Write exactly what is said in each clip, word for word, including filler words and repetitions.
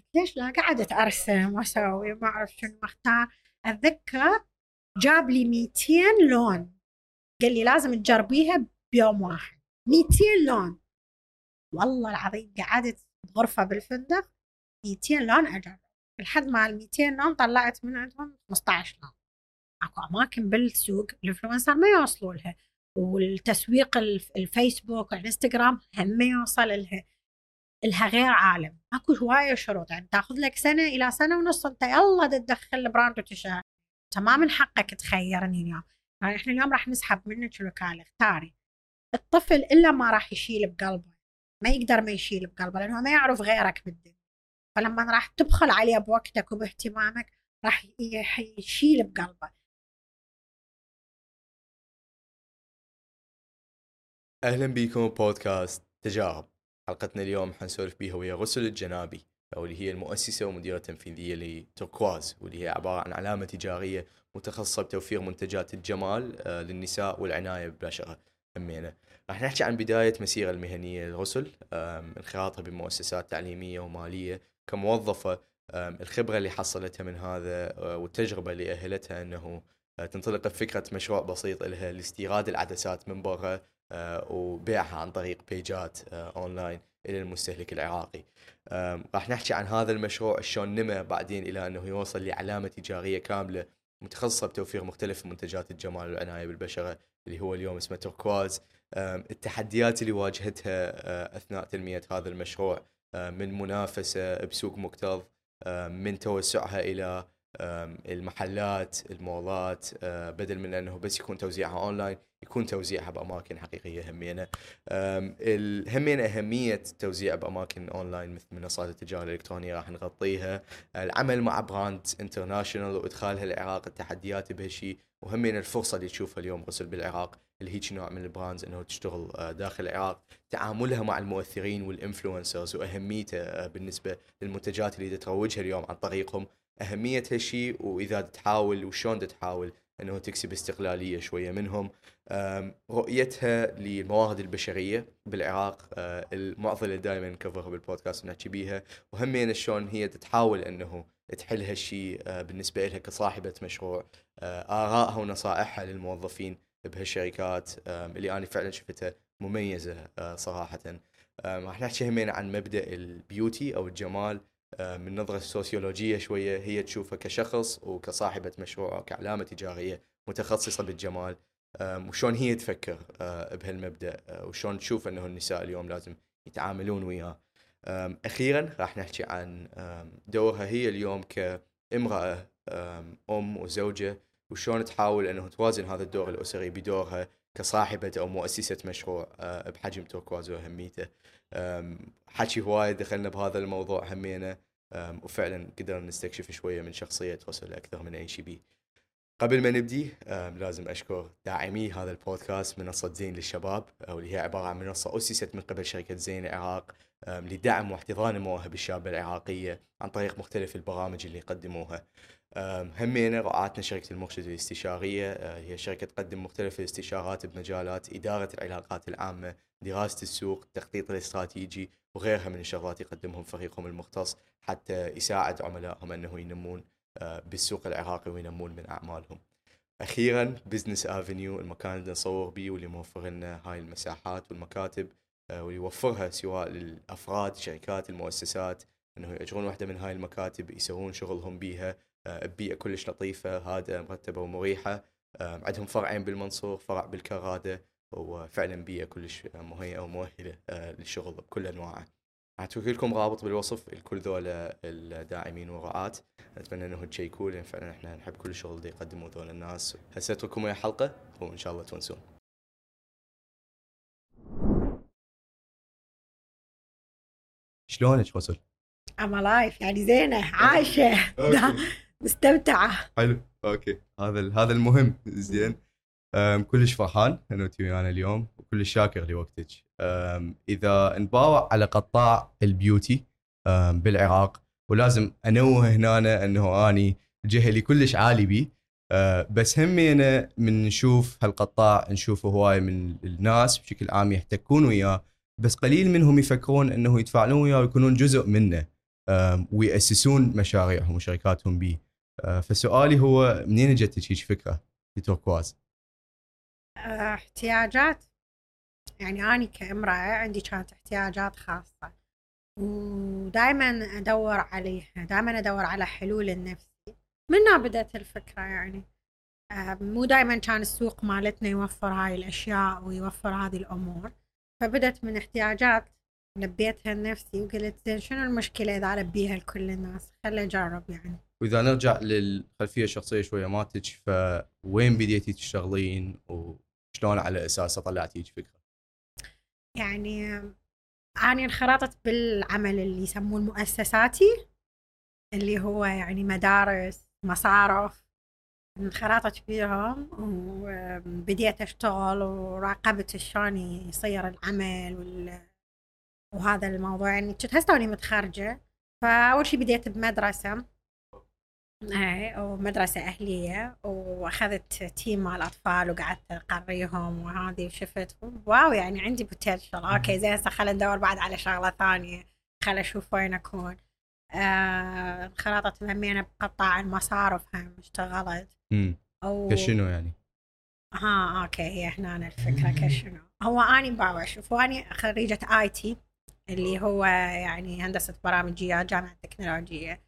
ليش لا، قعدت ارسم واسوي ما اعرف شنو اختار. اتذكر جاب لي مئتين لون، قال لي لازم تجربيها بيوم واحد. مئتين لون والله العظيم، قعدت غرفة بالفندق مئتين لون أجرب، لحد ما ال مئتين لون طلعت من عندهم خمسة عشر لون. اكو اماكن بالسوق الانفلونسر ما يوصلوا لها، والتسويق الف- الفيسبوك والانستغرام هم ما يوصل لها، لها غير عالم. اكو هوايه شروط، يعني تاخذ لك سنه الى سنه ونص انت يلا تدخل البراند وتشتغل. انت ما من حقك تخيرني اليوم، يعني احنا اليوم راح نسحب منك الوكاله، اختاري. الطفل الا ما راح يشيل بقلبه، ما يقدر ما يشيل بقلبه لانه ما يعرف غيرك بالدنيا. فلما راح تبخل عليه بوقتك وباهتمامك راح يح- يشيل بقلبه. أهلا بكم بودكاست تجارب. حلقتنا اليوم حنسولف بيها ويا غسل الجنابي، أو اللي هي المؤسسة ومديرة التنفيذية لتوركواز، واللي هي عبارة عن علامة تجارية متخصصة بتوفير منتجات الجمال آه، للنساء والعناية بالبشرة. همينة راح نحكي عن بداية مسيرة المهنية للغسل، آه، من خلالها بمؤسسات تعليمية ومالية كموظفة، آه، الخبرة اللي حصلتها من هذا آه، والتجربة اللي أهلتها أنه آه، تنطلق بفكرة مشروع بسيط لها لاستيراد العدسات من برا آه، وبيعها عن طريق بيجات آه، اونلاين الى المستهلك العراقي. آم، راح نحكي عن هذا المشروع شلون نمى بعدين الى انه يوصل لعلامه تجاريه كامله متخصصه بتوفير مختلف منتجات الجمال والعنايه بالبشره اللي هو اليوم اسمه توركواز. آم، التحديات اللي واجهتها آه، اثناء تنميه هذا المشروع، آه، من منافسه بسوق مكتظ، آه، من توسعها الى آم، المحلات المولات، آه، بدل من انه بس يكون توزيعها اونلاين يكون توزيعها باماكن حقيقيه. همينه أم، ال- همين اهميه التوزيع باماكن اونلاين مثل منصات التجاره الالكترونيه راح نغطيها، العمل مع براند انترناشونال وادخالها العراق، التحديات بهالشيء، وهمين الفرصه اللي تشوفها اليوم غسل بالعراق اللي هيك نوع من البراندز انه تشتغل آه، داخل العراق، تعاملها مع المؤثرين والانفلونسرز واهميته آه، بالنسبه للمنتجات اللي تروجها اليوم عن طريقهم، اهميه هالشيء، واذا تحاول وشلون تحاول انه تكسب استقلاليه شويه منهم. آم، رؤيتها للموارد البشريه بالعراق، آه، المعضله دائما نكفرها بالبودكاست ونحكي بيها، وهمين شلون هي تتحاول انه تحل هالشيء آه، بالنسبه لها كصاحبه مشروع، آه، ارائها ونصائحها للموظفين بهالشركات آم، اللي انا فعلا شفتها مميزه آه، صراحه. آم، راح نحكي همين عن مبدا البيوتي او الجمال آه، من نظره سوسيولوجيه شويه، هي تشوفها كشخص وكصاحبه مشروع او كعلامه تجاريه متخصصه بالجمال، آم، وشون هي تفكر آه، بهالمبدأ، آه، وشون تشوف أنه النساء اليوم لازم يتعاملون وياه. آم، أخيرا راح نحكي عن آم، دورها هي اليوم كامرأة، آم، أم وزوجة، وشون تحاول أنه توازن هذا الدور الأسري بدورها كصاحبة أو مؤسسة مشروع آه، بحجم توركواز وأهميته. آم، حكي هواي دخلنا بهذا الموضوع همينة، آم، وفعلا قدرنا نستكشف شوية من شخصية غسل أكثر من أي شيء بيه. قبل ما نبدي آم، لازم أشكر داعمي هذا البودكاست، منصة زين للشباب، أو اللي هي عبارة عن منصة أسست من قبل شركة زين العراق آم، لدعم واحتضان المواهب الشابة العراقية عن طريق مختلف البرامج اللي يقدموها. آم، همينة رعاتنا شركة المرشد الاستشارية، آه، هي شركة تقدم مختلف الاستشارات بمجالات إدارة العلاقات العامة، دراسة السوق، التخطيط الاستراتيجي، وغيرها من الشغلات يقدمهم فريقهم المختص حتى يساعد عملائهم أنه ينمون آه، بالسوق العراقي وينمون من أعمالهم. أخيرا بزنس افنيو، المكان اللي نصور بيه واللي موفر لنا هاي المساحات والمكاتب، آه، واللي يوفرها سواء للأفراد، شركات، المؤسسات، أنه يأجرون واحدة من هاي المكاتب يسوون شغلهم بيها آه، ببيئة كلش لطيفة هادئة مرتبة ومريحة. آه، عندهم فرعين بالمنصور، فرع بالكرادة، وفعلا بيئة كلش مهيئة ومؤهلة آه، للشغل بكل أنواعه. هترك لكم رابط بالوصف لكل ذولا الداعمين والرعاة، اتمنى انه تشيكوا لان فعلا احنا نحب كل الشغل اللي يقدموه ذول الناس. هسه اترككم ويا حلقه وان شاء الله تونسون. شلونك غسل؟ أما لايف يعني زينة اوكي عايشة دا، اوكي مستمتعة. حلو اوكي، هذا ال- هذا المهم زين. أم، كلش فرحان انه انت ويانا اليوم وكلش شاكر لوقتك. أم، اذا نباوع على قطاع البيوتي أم، بالعراق، ولازم انوه هنا انه اني جهلي كلش عالي بيه، أه، بس همينا من نشوف هالقطاع نشوفه هواي من الناس بشكل عام يحتكون وياه، بس قليل منهم يفكرون انه يتفاعلون وياه ويكونون جزء منه. ويأسسون مشاريعهم وشركاتهم به. فسؤالي هو منين جتك هيك فكرة في توركواز؟ احتياجات، يعني أنا كامرأة عندي كانت احتياجات خاصة ودائما أدور عليها، دائما أدور على حلول لنفسي. منها بدأت الفكرة يعني. مو دائما كان السوق مالتنا يوفر هاي الأشياء ويوفر هذه الأمور، فبدأت من احتياجات لبيتها لنفسي وقلت زين شنو المشكلة إذا ألبيها لكل الناس، خلي أجرب يعني. وإذا نرجع للخلفية الشخصية شوية ماتك، فوين بديتي تشتغلين وشلون على أساسه طلعتي فكرة؟ يعني أنا انخرطت بالعمل اللي يسموه المؤسساتي، اللي هو يعني مدارس، مصارف، انخرطت فيهم وبديت أشتغل وراقبت شلون يصير العمل وال... وهذا الموضوع. يعني كنت هسه توني متخرجة، فأول شي بديت بمدرسة، اي ومدرسة أهلية، وأخذت تيم مع الأطفال وقعدت أقريهم وهذه، وشفت واو يعني عندي بوتنشل. أوكي زين هسه خلينا ندور بعد على شغلة ثانية، خلينا أشوف وين أكون. آه انخرطت همينة بقطاع المصارف، هم اشتغلت. امم أو... كشنو يعني؟ ها اوكي هي هنا الفكرة كشنو. هو أنا باوع شوف، وأنا خريجة آي تي اللي هو يعني هندسة برامجيات جامعة التكنولوجية،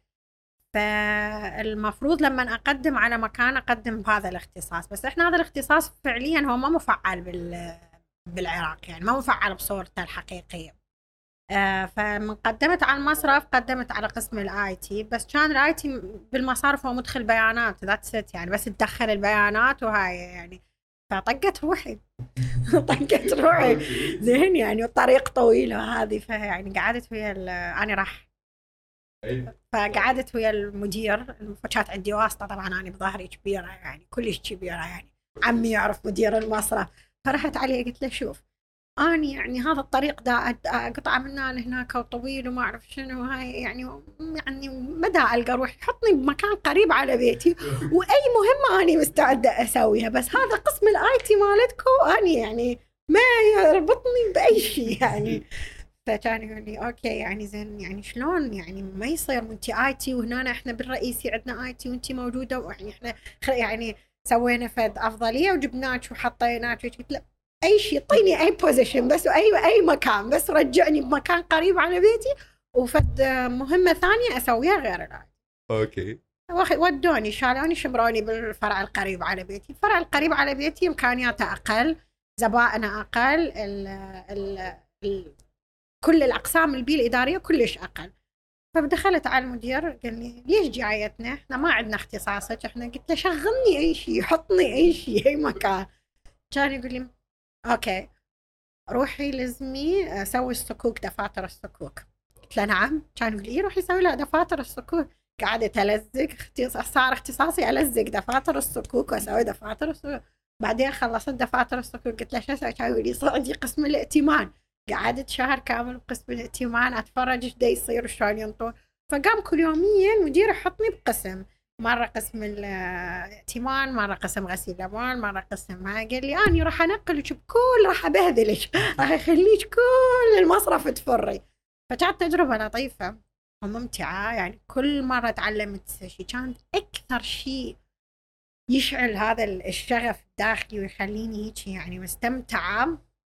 فالمفروض لما أقدم على مكان أقدم بهذا الاختصاص، بس إحنا هذا الاختصاص فعليا هو ما مفعل بال بالعراق، يعني ما مفعل بصورته الحقيقية. آه فمن قدمت على المصرف قدمت على قسم الاي تي، بس كان الاي تي بالمصارف هو مدخل بيانات ذات ست، يعني بس تدخل البيانات وهاي يعني. فطقت روحي طقت روحي زين يعني، والطريق طويلة هذه. فيعني قعدت ويا أنا راح فقعدت ويا المدير، كانت عندي واسطة طبعا أنا بظهري كبيرة يعني كلش كبيرة يعني، عمي يعرف مدير المصرف. فرحت عليه قلت له شوف أنا يعني هذا الطريق دا أقطع منه لهناك وطويل وما أعرف شنو هاي يعني، يعني مدى ألقى روحي حطني بمكان قريب على بيتي وأي مهمة أنا مستعدة أسويها، بس هذا قسم الآي تي مالتكو أنا يعني ما يربطني بأي شيء يعني. فكان يقول لي اوكي يعني زين يعني شلون يعني ما يصير وانتي اي تي وهنا احنا بالرئيسي عندنا اي تي وانتي موجوده، ويعني احنا يعني سوينا فد افضليه وجبناك وحطيناك. قلت لا اي شيء اعطيني اي بوزيشن بس اي اي مكان، بس رجعني بمكان قريب على بيتي وفد مهمه ثانيه اسويها غير الاي. اوكي ودوني شالوني شمروني بالفرع القريب على بيتي. الفرع القريب على بيتي امكانياته اقل، زبائنه اقل، ال ال ال كل الأقسام البي الإدارية كلش أقل. فدخلت على المدير قال لي ليش جايتنا، احنا ما عندنا اختصاصك. احنا قلت له شغلني أي شيء، حطني أي شيء أي مكان. كان يقول لي أوكي روحي لزمي سوي الصكوك، دفاتر الصكوك. قلت له نعم. كان يقول لي روحي سوي لها دفاتر الصكوك. قعدت ألزق، صار اختصاصي ألزق دفاتر الصكوك وأسوي دفاتر الصكوك. بعدين خلصت دفاتر الصكوك قلت له شو أسوي؟ كان يقول لي صعدي قسم الائتمان. قعدت شهر كامل بقسم الائتمان اتفرج ايش دا يصير وشلون ينطون. فقام كل يوميا مدير يحطني بقسم، مره قسم الائتمان، مره قسم غسيل الاموال، مره قسم هاي. قال لي اني راح انقلك بكل، راح ابهذلك، راح اخليك كل المصرف تفري. فكانت تجربه لطيفه وممتعه يعني، كل مره تعلمت شيء. كانت اكثر شيء يشعل هذا الشغف الداخلي ويخليني هيك يعني مستمتعه،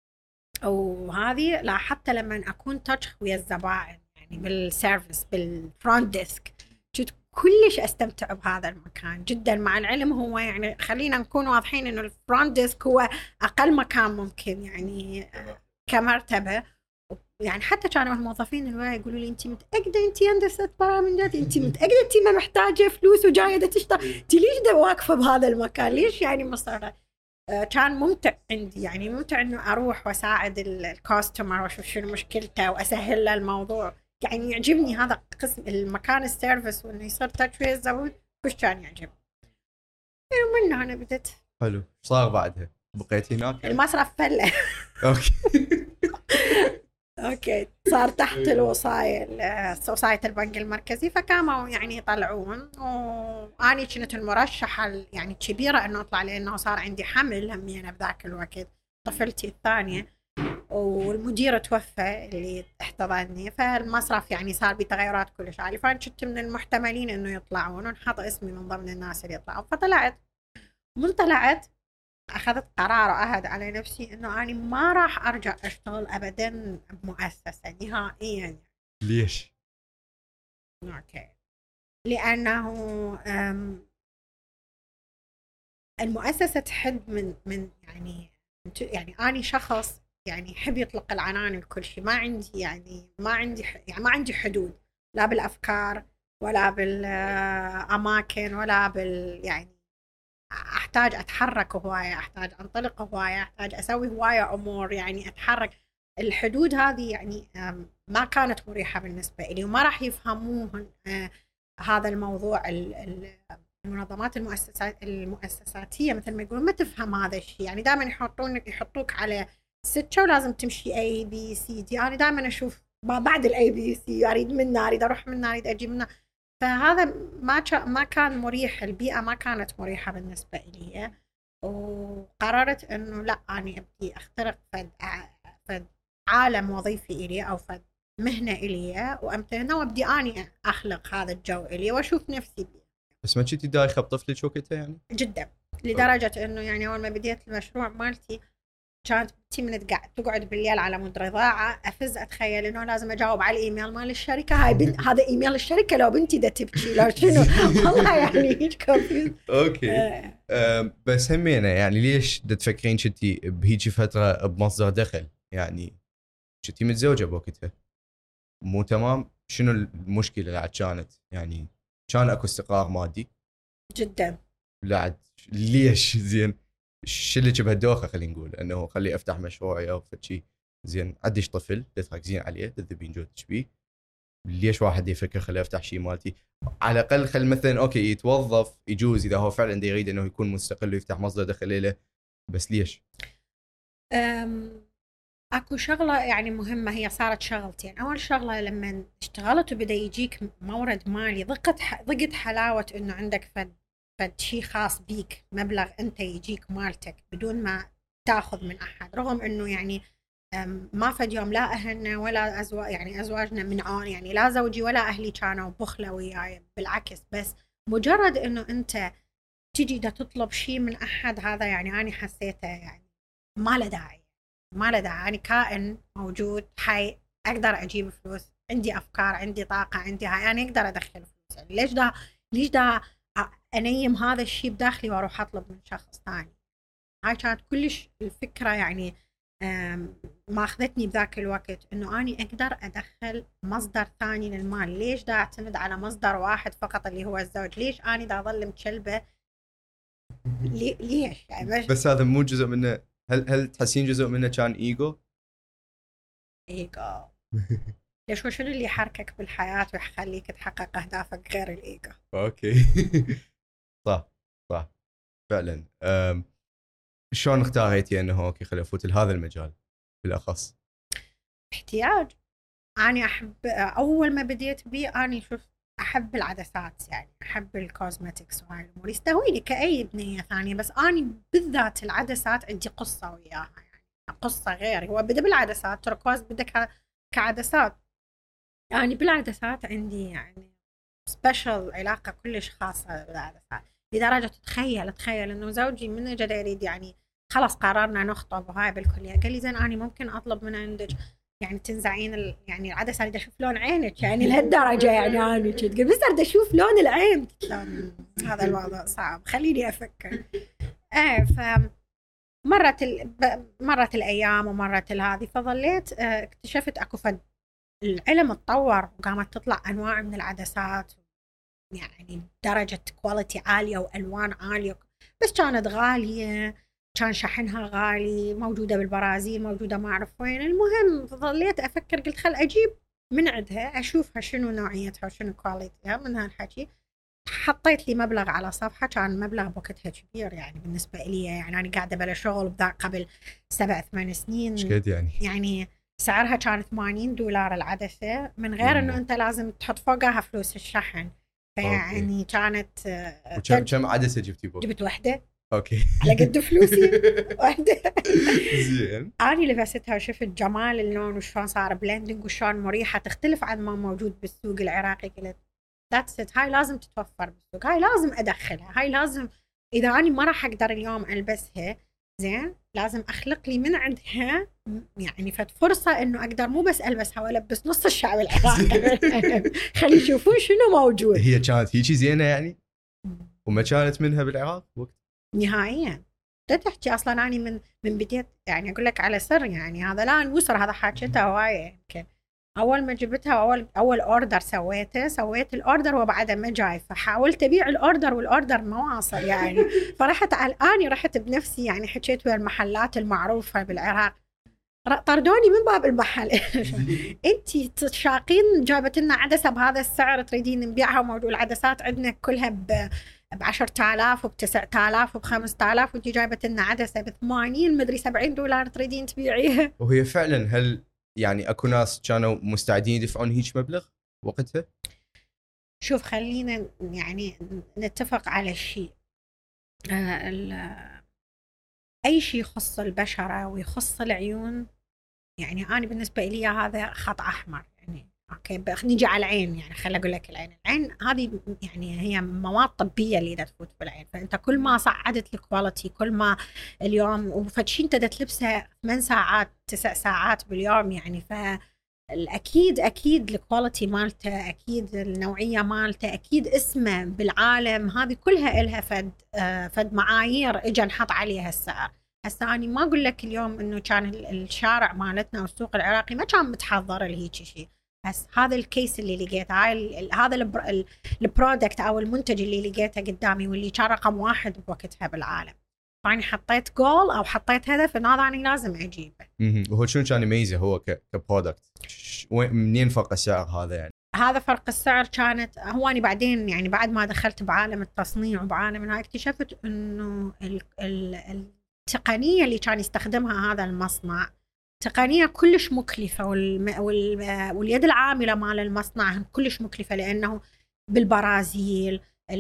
أو هذه لا حتى لما أكون تاتش ويا الزبائن يعني بالسيرفيس بالفرونت ديسك، كنت كلش أستمتع بهذا المكان جدا. مع العلم هو يعني خلينا نكون واضحين إنه الفرونت ديسك هو أقل مكان ممكن يعني كمرتبة. يعني حتى كانوا الموظفين اللي يقولوا لي أنت متأكدة أنت هندسة برامجات، أنت متأكدة أنت ما محتاجة فلوس وجاية تشتغل، أنت ليش دا واقفة بهذا المكان، ليش يعني مصرة. كان ممتع عندي يعني، ممتع انه اروح واساعد الكاستمر واشوف شنو مشكلته واسهل له الموضوع. يعني يعجبني هذا قسم المكان السيرفيس، وانه يصير تاتش ويا الزبون كلش كان يعجبني. ومن هنا بدت. حلو. ايش صار بعدها؟ بقيتي هناك؟ المصرف فله. اوكي اوكي صار تحت الوصاية وصاية البنك المركزي، فكانوا يعني يطلعون، واني كنت المرشحة يعني كبيرة انه اطلع، لانه صار عندي حمل همينة بذاك الوقت، طفلتي الثانية. والمدير توفى اللي احتضنني، فالمصرف يعني صار بتغيرات كلش عالية، فأنا كنت من المحتملين إنه يطلعون ونحط اسمي من ضمن الناس اللي يطلعون. فطلعت، من طلعت أخذت قرار وأهد على نفسي إنه أنا ما راح أرجع أشتغل أبدا بمؤسسة نهائيا. ليش؟ أوكي، لأنه المؤسسة تحد من من يعني يعني أنا شخص يعني يحب يطلق العنان لكل شيء، ما عندي يعني ما عندي يعني ما عندي حدود، لا بالأفكار ولا بالأماكن ولا بال يعني أحتاج أتحرك هواية، أحتاج أنطلق هواية، أحتاج أسوي هواية أمور، يعني أتحرك. الحدود هذه يعني ما كانت مريحة بالنسبة لي، وما راح يفهموه هذا الموضوع. المنظمات المؤسسات المؤسساتية مثل ما يقولون ما تفهم هذا الشيء، يعني دائما يحطونك يحطوك على ستة ولازم تمشي A B C D. أنا دائما أشوف ما بعد ال A B C، أريد منه، أريد أروح منه، أريد أجي منه. فهذا ما ما كان مريح، البيئة ما كانت مريحة بالنسبة لي، وقررت إنه لا، أنا أبدي أخترق فد فد عالم وظيفي إلي أو فد مهنة إلي وأمتهنها، وأبدي أني أخلق هذا الجو إلي وأشوف نفسي بيه. بس ما كنتي دايخة بطفلك وقتها يعني؟ جدا، لدرجة إنه يعني أول ما بديت المشروع مالتي كانت بنتي من تقعد تقعد بالليل على مود رضاعة أفز أتخيل إنه لازم أجاوب على الإيميل مال الشركة، هاي بنت هذا إيميل الشركة لو بنتي دا تبكي لو شنو. والله يعني هيك كونفيوز. أوكي. أه بس همينة يعني ليش دا تفكرين كنتي بهيجي فترة بمصدر دخل؟ يعني كنتي متزوجة بوقتها مو تمام؟ شنو المشكلة اللي كانت؟ يعني كان أكو استقرار مادي؟ جدا. لا عاد ليش زين شو اللي بهالدوخه؟ خلينا نقول انه خلي افتح مشروعي او فشي زين، عدش طفل تضحك زين عليه تذبين جوتش بيه، ليش واحد يفكر خلي افتح شيء مالتي؟ على الاقل خل مثلا اوكي يتوظف يجوز اذا هو فعلا يريد انه يكون مستقل ويفتح مصدر دخل له، بس ليش؟ أم اكو شغله يعني مهمه هي صارت شغلتين. يعني اول شغله لما اشتغلت وبدا يجيك مورد مالي ضقت ضقت حلاوه انه عندك فد فد شيء خاص بيك، مبلغ انت يجيك مالتك بدون ما تاخذ من احد، رغم انه يعني ما فد يوم لا اهلنا ولا ازواج يعني ازواجنا من عون، يعني لا زوجي ولا اهلي كانوا بخله وياي، بالعكس. بس مجرد انه انت تجي دا تطلب شيء من احد، هذا يعني انا حسيته يعني ما له داعي، ما له داعي. أنا كائن موجود حي، أقدر أجيب فلوس، عندي أفكار، عندي طاقة، عندي هاي، أنا أقدر أدخل فلوس. يعني ليش دا ليش دا أنيم هذا الشيء بداخلي وأروح أطلب من شخص ثاني؟ هاي كانت كلش الفكرة يعني ما أخذتني بذاك الوقت، إنه أنا أقدر أدخل مصدر ثاني للمال. ليش دا أعتمد على مصدر واحد فقط اللي هو الزوج؟ ليش أنا دا أظل متشلبة؟ لي ليش يعني؟ بس هذا مو جزء منه. هل هل تحسين جزء منه كان ايجو؟ ايجو ليش؟ وشنو اللي يحركك بالحياة ويخليك تحقق أهدافك غير الإيجو؟ أوكي. صح صح فعلا. أم... شلون اختاريتي أنه أوكي خلي أفوت لهذا المجال بالأخص؟ احتياج. أنا أحب أول ما بديت بي أنا شوف أحب العدسات، يعني أحب الكوزمتكس وهاي الأمور، يستهويني كأي بنية ثانية، بس أنا بالذات العدسات عندي قصة وياها، يعني قصة غير. هو بدأ بالعدسات، تركواز بدأ كعدسات، يعني بالعدسات عندي يعني سبيشل علاقة كلش خاصة بالعدسات، لدرجة تتخيل تخيل إنه زوجي من جد يريد يعني خلاص قررنا نخطب وهاي بالكلية، قال لي زين أنا ممكن أطلب من عندك يعني تنزعين ال... يعني العدسة أريد أشوف لون عينك، يعني لهالدرجة يعني أنا كنت قلت بس أريد أشوف لون العين. هذا الوضع صعب، خليني أفكر. إيه ف مرت ال... مرت الأيام ومرت هذه، فظليت اكتشفت أكو فد العلم اتطور وقامت تطلع أنواع من العدسات يعني درجة كواليتي عالية وألوان عالية، بس كانت غالية، كان شحنها غالي، موجودة بالبرازيل، موجودة ما أعرف وين. المهم ظليت أفكر، قلت خل أجيب من عندها أشوفها شنو نوعيتها وشنو كواليتيها. من هالحكي حطيت لي مبلغ على صفحة، كان مبلغ بوقتها كبير يعني بالنسبة لي، يعني أنا قاعدة بلا شغل بذا قبل سبع ثمان سنين. ايش قد يعني؟ يعني سعرها كان ثمانين دولار العدسة، من غير إنه أنت لازم تحط فوقها فلوس الشحن. فيعني كانت وكم كم عدسة جبتي بوقتها؟ جبت واحدة اوكي على قد فلوسي واحدة. زين. أنا لبستها وشفت جمال اللون وشلون صار بلندنج وشلون مريحة، تختلف عن ما موجود بالسوق العراقي. قلت ذاتس ات، هاي لازم تتوفر بالسوق، هاي لازم أدخلها، هاي لازم إذا أنا ما راح أقدر اليوم ألبسها زين لازم أخلق لي من عندها يعني فد فرصة إنه أقدر مو بس ألبسها وألبس نص الشعب العراقي. خلي يشوفون شنو موجود. هي كانت هيجي زينة يعني وما كانت منها بالعراق وقت نهائيا. لا تحكي اصلا اني من من بديت يعني اقول لك على سر، يعني هذا لا نوسر، هذا حاجتها هوايه يمكن. اول ما جبتها اول اول اوردر سويته سويت الاوردر وبعدها ما جاي، فحاولت ابيع الاوردر والاوردر ما واصل يعني. فرحت على اني رحت بنفسي يعني حكيت ويا المحلات المعروفه بالعراق، طردوني من باب المحل. انتي تشاقين جابت لنا عدسه بهذا السعر تريدين نبيعها، وموضوع العدسات عندنا كلها ب بعشرة آلاف وبتسعة آلاف وبخمسة آلاف، وانتي جايبت لنا عدسه بثمانين مدري سبعين دولار تريدين تبيعيها. وهي فعلا هل يعني اكو ناس كانوا مستعدين يدفعون هيك مبلغ وقتها؟ شوف خلينا يعني نتفق على شيء، آه اي شيء يخص البشره ويخص العيون، يعني انا بالنسبه لي هذا خط احمر. يعني اوكي نيجي على العين، يعني خليني اقول لك العين العين هذه يعني هي مواد طبيه اللي دا تفوت بالعين، فانت كل ما صعدت الكواليتي كل ما اليوم وفتشي انت دا تلبسها ثمان ساعات تسع ساعات باليوم يعني، فالاكيد اكيد الكواليتي مالته، اكيد النوعيه مالته، اكيد اسمه بالعالم، هذه كلها لها فد آه فد معايير اجى نحط عليها السعر. هسه أنا ما أقول لك اليوم إنه كان الشارع مالتنا والسوق العراقي ما كان متحضر لهيك شيء، بس هذا الكيس اللي لقيته، هاي هذا البرودكت أو المنتج اللي لقيته قدامي واللي كان رقم واحد بوقتها بالعالم، فأنا حطيت جول أو حطيت هدف إن هذا أنا لازم أجيبه. وهو شنو كان يميزه هو كبرودكت؟ منين فرق السعر هذا يعني؟ هذا فرق السعر كانت هو أنا بعدين يعني بعد ما دخلت بعالم التصنيع وبعالم هاي اكتشفت إنه ال ال التقنية اللي كان يستخدمها هذا المصنع تقنية كلش مكلفة، والم... وال... واليد العاملة مال المصنع كلش مكلفة، لأنه بالبرازيل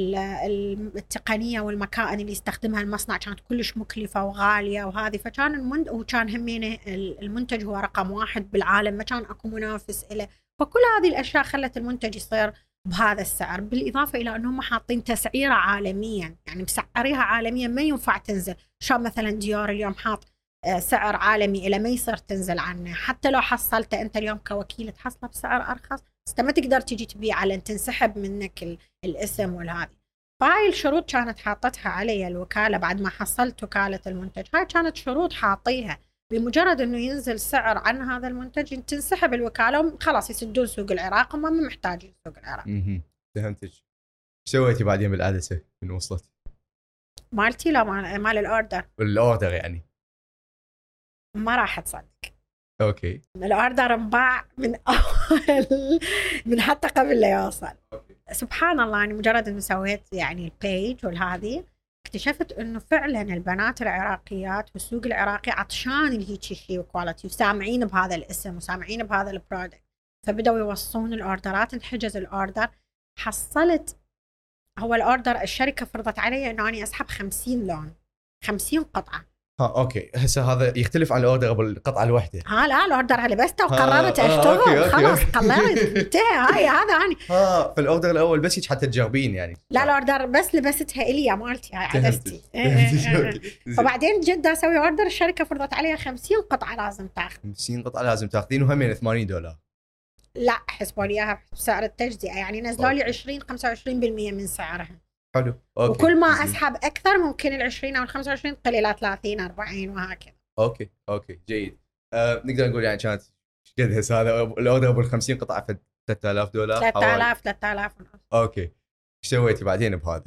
التقنية والمكائن اللي يستخدمها المصنع كانت كلش مكلفة وغالية وهذه، فكان المنتج وكان همينه المنتج هو رقم واحد بالعالم، ما كان أكو منافس له، فكل هذه الأشياء خلت المنتج يصير بهذا السعر، بالإضافة إلى أنهم حاطين تسعيرة عالميا، يعني مسعريها عالميا ما ينفع تنزل، شو مثلا ديور اليوم حاط سعر عالمي إلى ما يصير تنزل عنه، حتى لو حصلت أنت اليوم كوكيل تحصله بسعر أرخص بس ما تقدر تجي تبيع لأن تنسحب منك الاسم والهذه. فهاي الشروط كانت حاطتها علي الوكالة بعد ما حصلت وكالة المنتج، هاي كانت شروط حاطيها، بمجرد انه ينزل سعر عن هذا المنتج تنسحب الوكاله وخلاص يسدون سوق العراق وما محتاجين سوق العراق. اها فهمتك. ايش سويتي بعدين بالعدسه من وصلت؟ مالتي لا مال, مال الاوردر. الاوردر يعني ما راح تصدق. اوكي. الاوردر انباع من اول من حتى قبل لا يوصل. سبحان الله يعني مجرد انه سويت يعني البيج والهذه اكتشفت انه فعلا البنات العراقيات والسوق العراقي عطشان لهيك شيء وكواليتي وسامعين بهذا الاسم وسامعين بهذا البرودكت، فبدأوا يوصلون الاوردرات، انحجز الاوردر، حصلت هو الاوردر الشركه فرضت علي انه اني اسحب خمسين لون خمسين قطعه. ها اوكي. هسه هذا يختلف عن الاوردر بالقطعه الواحده. ها لا الاوردر لبسته وقررت اشتغل خلاص قررت انتهى هاي هذا اني. ها فالاوردر الاول بس هيك حتى تجربين يعني؟ لا الاوردر بس لبستها الي يا مالتي هاي عدستي. فبعدين جدا اسوي اوردر الشركه فرضت عليها خمسين قطعه لازم تاخذ. خمسين قطعه لازم تاخذين وهم ثمانين دولار. لا حسبوا لي اياها بسعر التجزئه، يعني نزلوا لي عشرين خمسة وعشرين بالمئة من سعرها. حلو اوكي. وكل ما اسحب اكثر ممكن ال عشرين او ال خمسة وعشرين تقل الى ثلاثين أربعين وهكذا. اوكي اوكي جيد. آه نقدر نقول يعني كانت قد هس هذا الاوردر ابو خمسين قطعه في ثلاثة آلاف دولار. ثلاثة آلاف ثلاثة آلاف ونص. اوكي. ايش سويتي بعدين بهذا؟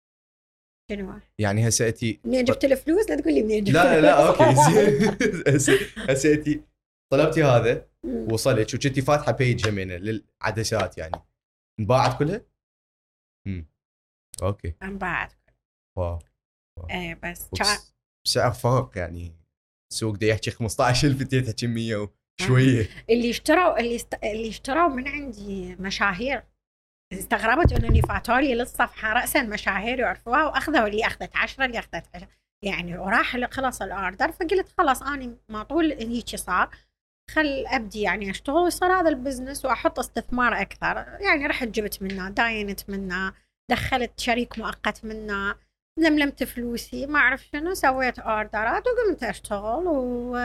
شنو يعني هسه انتي منين جبت الفلوس؟ لا تقول لي منين جبت. لا لا اوكي زين. هسه انتي طلبتي هذا وصلت وكنتي فاتحه بيج همينه للعدسات يعني انباعت كلها؟ امم اوكي انباعت. واو. ايه بس سعر فرق يعني السوق ده يحكي خمسة عشر ألف انت تحكي مية وشويه. اللي اشتروا اللي است... اللي اشتروا من عندي مشاهير استغربت انه اللي فاتولي للصفحه راسا مشاهير يعرفوها، واخذوا اللي اخذت عشرة اللي اخذت عشرة يعني، وراح اللي خلص الاوردر. فقلت خلاص اني ما طول هيك صار، خل ابدي يعني اشتغل ويصير هذا البزنس واحط استثمار اكثر. يعني رحت جبت منه، داينت منه، دخلت شريك مؤقت منه، لملمت فلوسي، ما اعرف شنو، سويت اوردرات وقمت اشتغل. و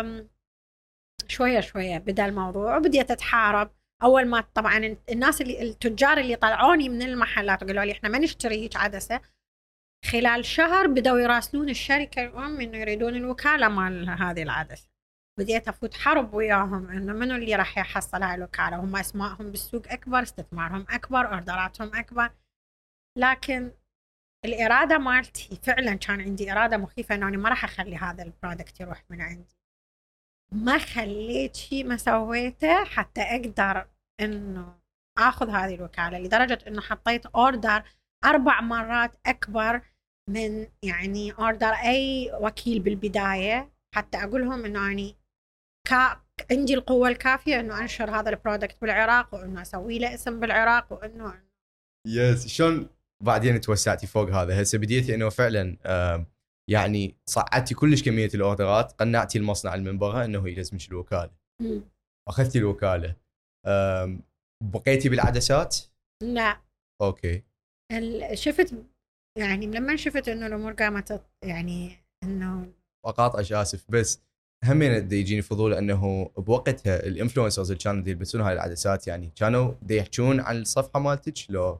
شويه شويه بدا الموضوع وبديت اتحارب. اول ما طبعا الناس اللي التجار اللي طلعوني من المحلات وقالوا لي احنا ما نشتري هيك عدسه، خلال شهر بدأوا يراسلون الشركه الام انه يريدون الوكاله مال هذه العدسه. بديت افوت حرب وياهم انه منو اللي راح يحصل هاي الوكاله، هم اسمائهم بالسوق اكبر، استثمارهم اكبر، اوردراتهم اكبر. لكن الاراده مالتي فعلا كان عندي اراده مخيفه انه انا ما راح اخلي هذا البرودكت يروح من عندي. ما خليت شيء ما سويته حتى اقدر انه اخذ هذه الوكاله، لدرجه انه حطيت اوردر اربع مرات اكبر من يعني اوردر اي وكيل بالبدايه، حتى اقول لهم انه اني كا عندي القوه الكافيه انه انشر هذا البرودكت بالعراق، وانه اسوي له اسم بالعراق، وانه يس. شلون بعدين توسعتي فوق هذا؟ هسه بديتي انه فعلا يعني صعدتي كلش كميه الاوردرات، قنعتي المصنع المنبغه انه يلزمك الوكاله. م. اخذتي الوكاله، بقيتي بالعدسات؟ لا. اوكي. شفت يعني لما شفت انه الامور قامت يعني انه اقاطعك اسف، بس همين دا يجيني فضول انه بوقتها الانفلونسرز اللي كانوا يلبسون هاي العدسات يعني كانوا دا يحجون عن الصفحه مالتك لو؟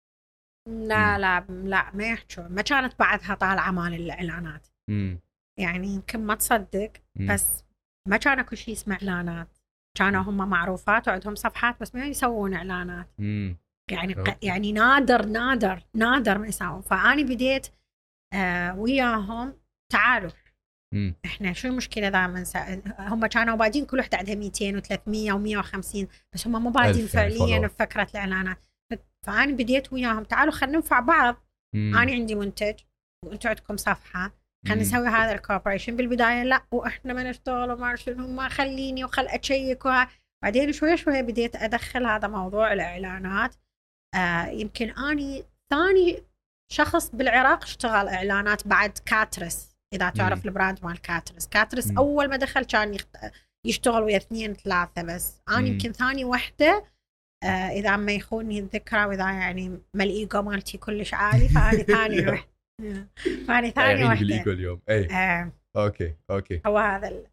لا لا لا ما يحجون، ما كانت بعدها طالعه مال الاعلانات. امم يعني يمكن ما تصدق مم. بس ما كان اكو شيء اسمه اعلانات، كانوا هم معروفات وعندهم صفحات بس ما يسوون اعلانات. امم يعني ق... يعني نادر نادر نادر ما يسوون. فاني بديت آه وياهم تعالوا مم. احنا شو المشكله دائما سا... هم كانوا بادين كل وحده عندها مئتين وثلاثمية ومية وخمسين، بس هم مو بادين فعليا بفكره الاعلانات. فاني بديت وياهم تعالوا خلينا ننفع بعض. مم. انا عندي منتج وانتم عندكم صفحه، خلينا نسوي هذا الكوبريشن. بالبدايه لا واحنا ما نشتغل وما اعرف شنو، ما خليني وخل اشيك وها. بعدين شوي شوي بديت ادخل هذا موضوع الاعلانات. آه يمكن اني ثاني شخص بالعراق اشتغل اعلانات بعد كاترس، اذا تعرف مم. البراند مال كاترس. كاترس مم. اول ما دخل كان يخت... يشتغل ويا اثنين ثلاثه بس، انا يمكن ثاني وحده. آه اذا ما يخونني الذكرى واذا يعني ما الايجو مالتي كلش عالي، فاني ثاني وحده. فاني ثاني وحده بالايجو اليوم. اي آه اوكي اوكي. هو هذا ال...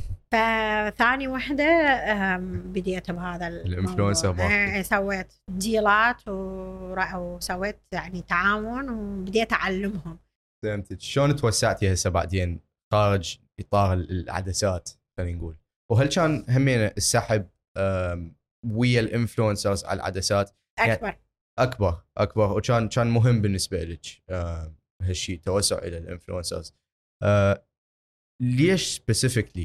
فثاني وحده بديت بهذا الانفلونسر آه سويت ديلات ورا... وسويت يعني تعاون وبديت اعلمهم. فهمتك. شلون توسعتي هسه بعدين خارج اطار العدسات خلينا نقول؟ وهل كان همين السحب ويا الانفلونسرز على العدسات اكبر يعني اكبر اكبر وكان كان مهم بالنسبه لك هالشيء توسع الى الانفلونسرز؟ أه ليش سبيسيفيكلي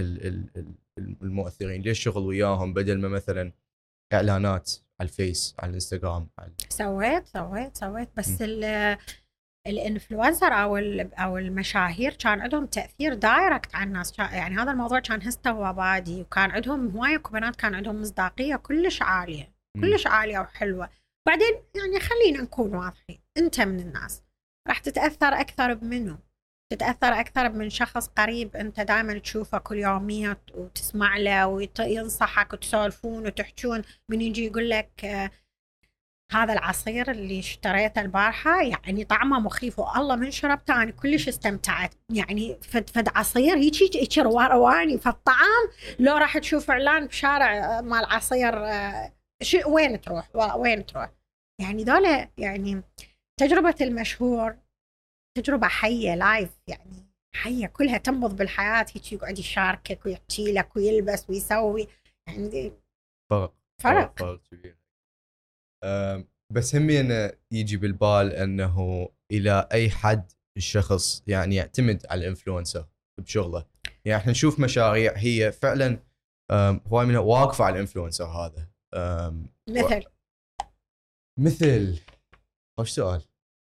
المؤثرين ليش شغل وياهم بدل ما مثلا اعلانات على الفيس على الانستغرام على... سويت سويت سويت بس الانفلونسر او او المشاهير كان عندهم تاثير دايركت على الناس. يعني هذا الموضوع كان هستوى بادي، وكان عندهم هوايه بنات كان عندهم مصداقيه كلش عاليه كلش عاليه وحلوه. بعدين يعني خلينا نكون واضحين، انت من الناس راح تتاثر اكثر بمنو؟ تتاثر اكثر من شخص قريب انت دائما تشوفه كل يوميا وتسمع له وينصحك وتسولفون وتحجون، من يجي يقول لك آه هذا العصير اللي اشتريته البارحه يعني طعمه مخيف والله من شربته انا كلش استمتعت. يعني فد فد عصير هيك هيك رواني. فالطعام لو راح تشوف اعلان بشارع مال عصير شو وين تروح وين تروح؟ يعني ذولا يعني تجربه المشهور تجربه حيه لايف، يعني حيه كلها تنبض بالحياه. هيك يقعد يشاركك ويحكي لك ويلبس ويسوي، يعني فرق فرق, فرق كبير. أه بس همي أنا يجي بالبال أنه إلى أي حد الشخص يعني يعتمد على الانفلونسر بشغله. يعني احنا نشوف مشاريع هي فعلا هواي منها واقفة على الانفلونسر هذا. مثل و... مثل خوش سؤال.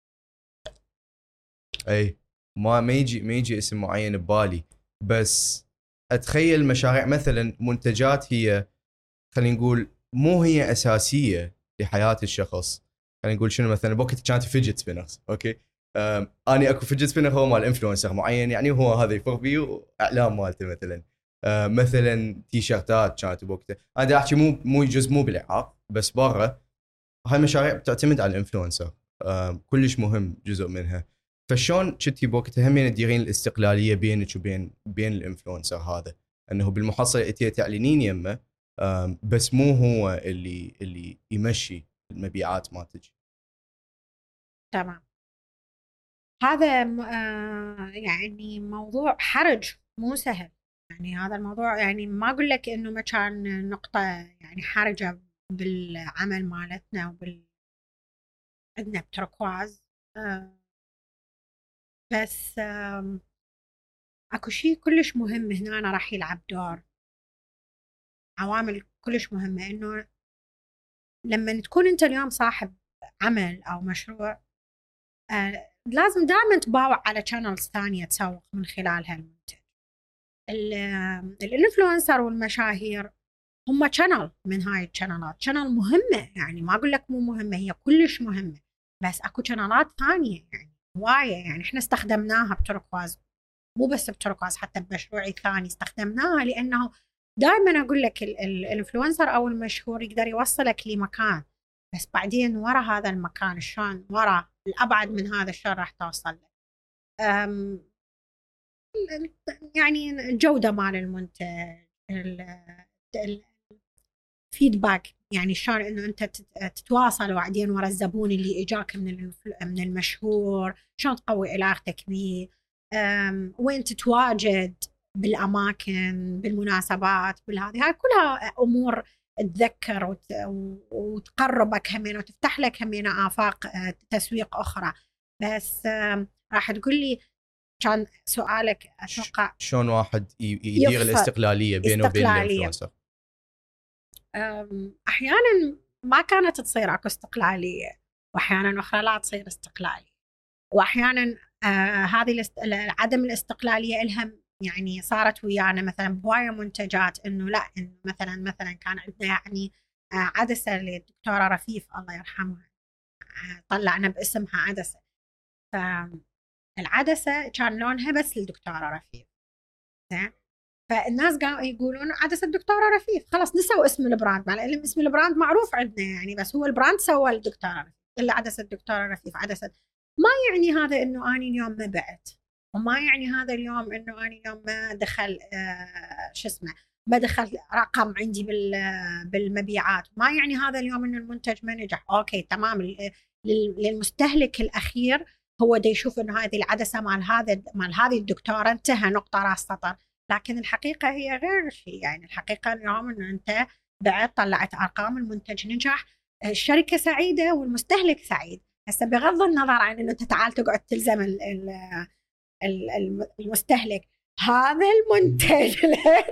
أي ما ما يجي ما يجي اسم معين ببالي، بس أتخيل مشاريع مثلا منتجات هي خلينا نقول مو هي أساسية في حياه الشخص. خلينا نقول شنو مثلا بوكيت كانت فيجيت سبينرز اوكي، اني اكو فيجيت سبينر هو مال انفلونسر معين يعني هو هذا يفرق فيه اعلام مالته مثلا. آه مثلا تيشيرتات كانت بوقتها. انا دا احكي مو مو جزء مو بالعراق بس برا هاي المشاريع بتعتمد على الانفلونسر، آه كلش مهم جزء منها. فشون كنتي بوقتها همين تديرين الاستقلاليه بينك وبين بين الانفلونسر هذا، انه بالمحصله اتي تعلنين يمه آه بس مو هو اللي اللي يمشي المبيعات مالتك. تمام. هذا م- آه يعني موضوع حرج مو سهل. يعني هذا الموضوع يعني ما أقول لك إنه ما كان نقطة يعني حرجة بالعمل مالتنا وبال عندنا بتركواز. آه بس آه أكو شيء كلش مهم هنا أنا راح يلعب دور، عوامل كلش مهمة. إنه لما تكون أنت اليوم صاحب عمل أو مشروع، آه لازم دائما تباوع على channels ثانية تسوق من خلالها المنتج. الانفلونسر والمشاهير هم channel من هاي الشانلات، channel مهمة يعني ما أقول لك مو مهمة، هي كلش مهمة. بس أكو شانلات ثانية يعني هواية، يعني إحنا استخدمناها بتركواز، مو بس بتركواز حتى بمشروعي ثاني استخدمناها، لأنه دائما أقول لك الانفلونسر أو المشهور يقدر يوصلك لمكان، بس بعدين ورا هذا المكان شلون ورا الأبعد من هذا شلون راح توصل له. يعني الجودة مال المنتج، الفيدباك، يعني شلون انه انت تتواصل بعدين ورا الزبون اللي اجاك من من المشهور، شلون تقوي علاقتك به، وين تتواجد بالاماكن بالمناسبات بالهذه، هاي كلها امور تذكر وت... وتقربك همين وتفتح لك همين آفاق تسويق أخرى. بس راح تقول لي كان سؤالك أتوقع شلون واحد يدير الاستقلالية بينه وبين الانفلونسر؟ أحيانا ما كانت تصير أكو استقلالية، وأحيانا أخرى لا تصير استقلالية، وأحيانا آه هذه الاست... عدم الاستقلالية إلها يعني صارت ويانا مثلا بهواية منتجات، إنه لا إنه مثلا مثلا كان عندنا يعني آه عدسة للدكتورة رفيف الله يرحمها، آه طلعنا باسمها عدسة، فالعدسة كان لونها بس للدكتورة رفيف، زين، فالناس قاموا يقولون عدسة الدكتورة رفيف، خلاص نسوا اسم البراند، مع ان اسم البراند معروف عندنا يعني، بس هو البراند سوى الدكتورة رفيف، الا عدسة الدكتورة رفيف عدسة. ما يعني هذا انه اني اليوم ما بعت، وما يعني هذا اليوم انه اني اليوم ما دخل آه شو اسمه ما دخل رقم عندي بالمبيعات، ما يعني هذا اليوم انه المنتج ما نجح. اوكي تمام، للمستهلك الاخير هو دا يشوف انه هذه العدسة مال هذا مال هذه الدكتورة انتهى نقطة راس سطر، لكن الحقيقة هي غير شيء. يعني الحقيقة اليوم أنه أنت بعد طلعت أرقام، المنتج نجح، الشركة سعيدة والمستهلك سعيد. هسه بغض النظر عن أنه أنت تعال تقعد تلزم ال ال ال المستهلك، هذا المنتج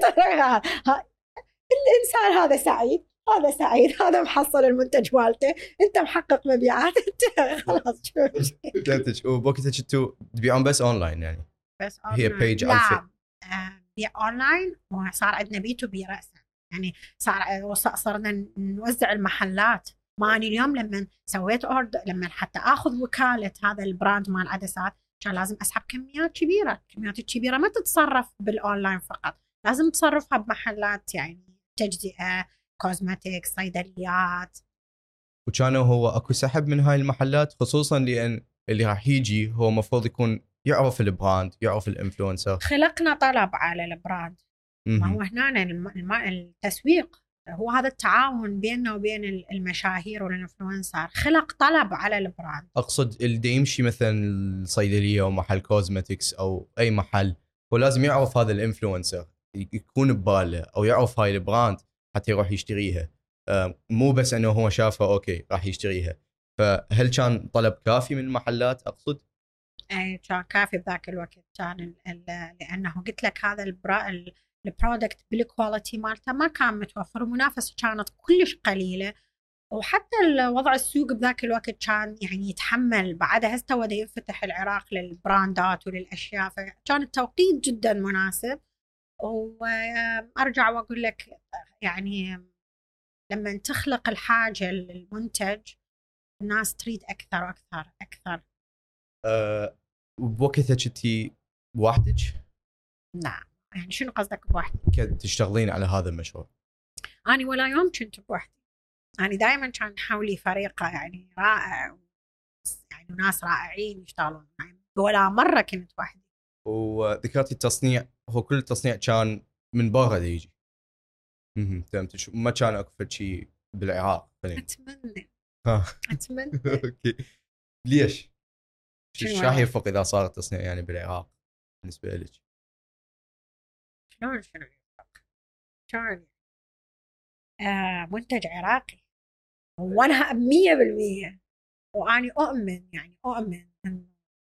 الإنسان هذا سعيد، هذا سعيد، هذا محصل المنتج مالته، أنت محقق مبيعات، أنت خلاص شو مشكلتك. وبوقتها كنتوا تبيعون بس أونلاين يعني؟ بس هي بيج لا بيع اونلاين، وصار عندنا بي تو بي راسا، يعني صار صرنا نوزع المحلات. ما أنا اليوم لما سويت اوردر، لما حتى اخذ وكاله هذا البراند مال عدسات، كان لازم اسحب كميات كبيره، الكميات الكبيره ما تتصرف بالاونلاين فقط، لازم تصرفها بمحلات يعني تجزئه، كوزماتيك، صيدليات. وكانوا هو اكو سحب من هاي المحلات، خصوصا لان اللي راح يجي هو مفروض يكون يعرف البراند، يعرف الانفلونسر. خلقنا طلب على البراند، ما هو هنا التسويق هو هذا التعاون بيننا وبين المشاهير والانفلونسر، خلق طلب على البراند. اقصد اللي يمشي مثلا الصيدليه او محل كوزماتكس او اي محل، هو لازم يعرف هذا الانفلونسر، يكون بباله او يعرف هاي البراند حتى يروح يشتريها، مو بس انه هو شافها اوكي راح يشتريها. فهل كان طلب كافي من المحلات اقصد؟ اي كان كافي بذاك الوقت، كان ال ال لانه قلت لك هذا البرا البرودكت بالكواليتي مالته ما كان متوفر، المنافسه كانت كلش قليله، وحتى وضع السوق بذاك الوقت كان يعني يتحمل. بعدها استوى دا ينفتح العراق للبراندات وللاشياء، فكان التوقيت جدا مناسب. وارجع واقول لك يعني لما تخلق الحاجة للمنتج الناس تريد أكثر وأكثر أكثر. أه بوقتها كنتي بوحدك؟ نعم. يعني شنو قصدك بوحدي؟ كنت تشتغلين على هذا المشروع؟ أنا ولا يوم كنت بوحدي، أنا دائما كان حولي فريق يعني رائع، يعني ناس رائعين يشتغلون معي، ولا مرة كنت وحدي. وذكرتي التصنيع، هو كل التصنيع كان من برا يجي؟ امم فهمت. ما كان اكو شيء بالعراق؟ أتمنى ها أتمنى. اوكي. ليش؟ شنو شو راح يفرق اذا صار التصنيع يعني بالعراق بالنسبه لك؟ شلون شنو يفرق؟ شلون؟ آه منتج عراقي وانا مية بالمية، واني اؤمن يعني اؤمن انه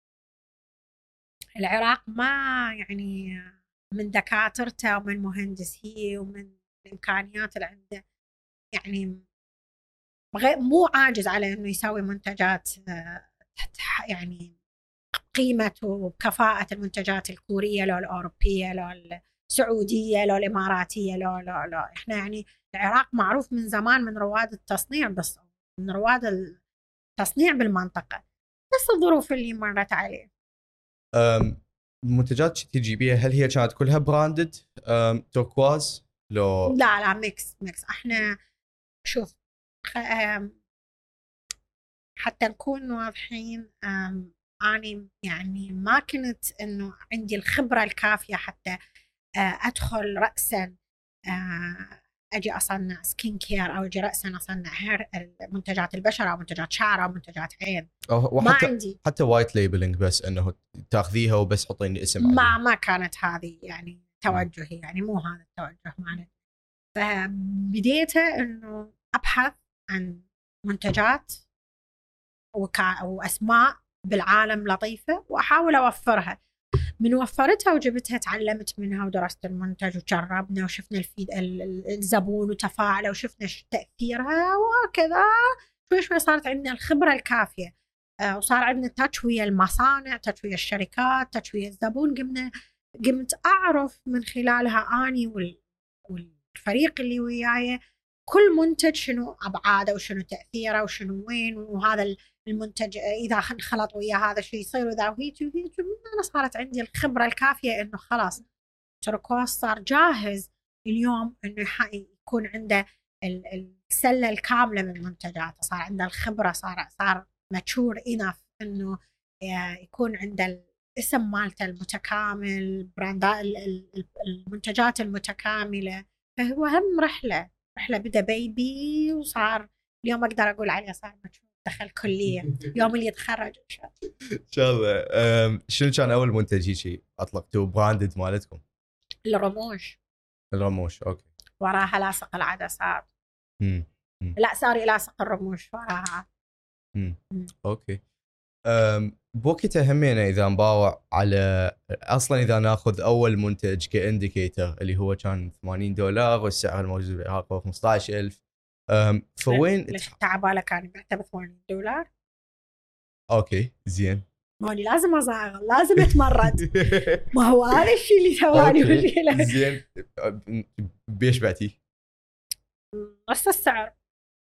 العراق ما يعني من دكاترته ومن مهندسيه ومن الامكانيات اللي عنده يعني مو عاجز على انه يسوي منتجات يعني قيمة وكفاءة المنتجات الكورية لو الأوروبية لو السعودية لو الإماراتية لو لو لو إحنا يعني العراق معروف من زمان من رواد التصنيع، بس من رواد التصنيع بالمنطقة، بس الظروف اللي مرت عليه. المنتجات تجيبيها هل هي كانت كلها براندد توركواز لو؟ لا لا ميكس ميكس. احنا شوف حتى نكون واضحين، أنا يعني ما كنت إنه عندي الخبرة الكافية حتى أدخل رأساً أجي أصنع سكين كير أو أجي رأساً أصنع هير منتجات البشرة أو منتجات شعر أو منتجات عين. ما عندي حتى وايت ليبلينج، بس إنه تأخذيها وبس حطيني اسم ما عليها. ما كانت هذه يعني توجهي، يعني مو هذا التوجه مالي. فبديت إنه أبحث عن منتجات وكا وأسماء بالعالم لطيفة وأحاول أوفرها. من وفرتها وجبتها تعلمت منها ودرست المنتج وجربنا وشفنا الفيد الزبون وتفاعله وشفنا تأثيرها، وكذا شوي شوي صارت عندنا الخبرة الكافية، آه وصار عندنا تاتش ويا المصانع، تاتش ويا الشركات، تاتش ويا الزبون. قمنا قمت أعرف من خلالها أني والفريق اللي وياي كل منتج شنو أبعاده وشنو تأثيره وشنو وين، وهذا المنتج إذا خلط ويا هذا شو يصير، وإذا وهيك وهيك. أنا صارت عندي الخبرة الكافية إنه خلاص توركواز صار جاهز اليوم إنه يكون عنده السلة الكاملة من المنتجات، صار عنده الخبرة، صار صار ماتشور إنف إنه يكون عنده الاسم مالته المتكامل، براندات المنتجات المتكاملة. فهو هم رحلة رحلة بدأ بيبي وصار اليوم أقدر أقول عليه صار ماتشور، دخل كلية يوم اللي يتخرج إن شاء الله. إن شاء الله. شنو كان أول منتج هيك أطلقتوه براندد مالتكم؟ الرموش. الرموش أوكي. وراها لاصق العدسات. امم لا صار لاصق الرموش وراها. امم أوكي. بوقتها همينا إذا نباوع على أصلا إذا ناخذ أول منتج كإنديكيتر اللي هو كان ثمانين دولار والسعر الموجود بالعراق هو خمسة عشر ألف. فوين ليش تعبالة كان بعته ب ثمانين دولار؟ اوكي زين. ماني لازم ازاغل، لازم اتمرد. ما هو هذا الشيء اللي سواني. زين بيش بعتي؟ نص السعر.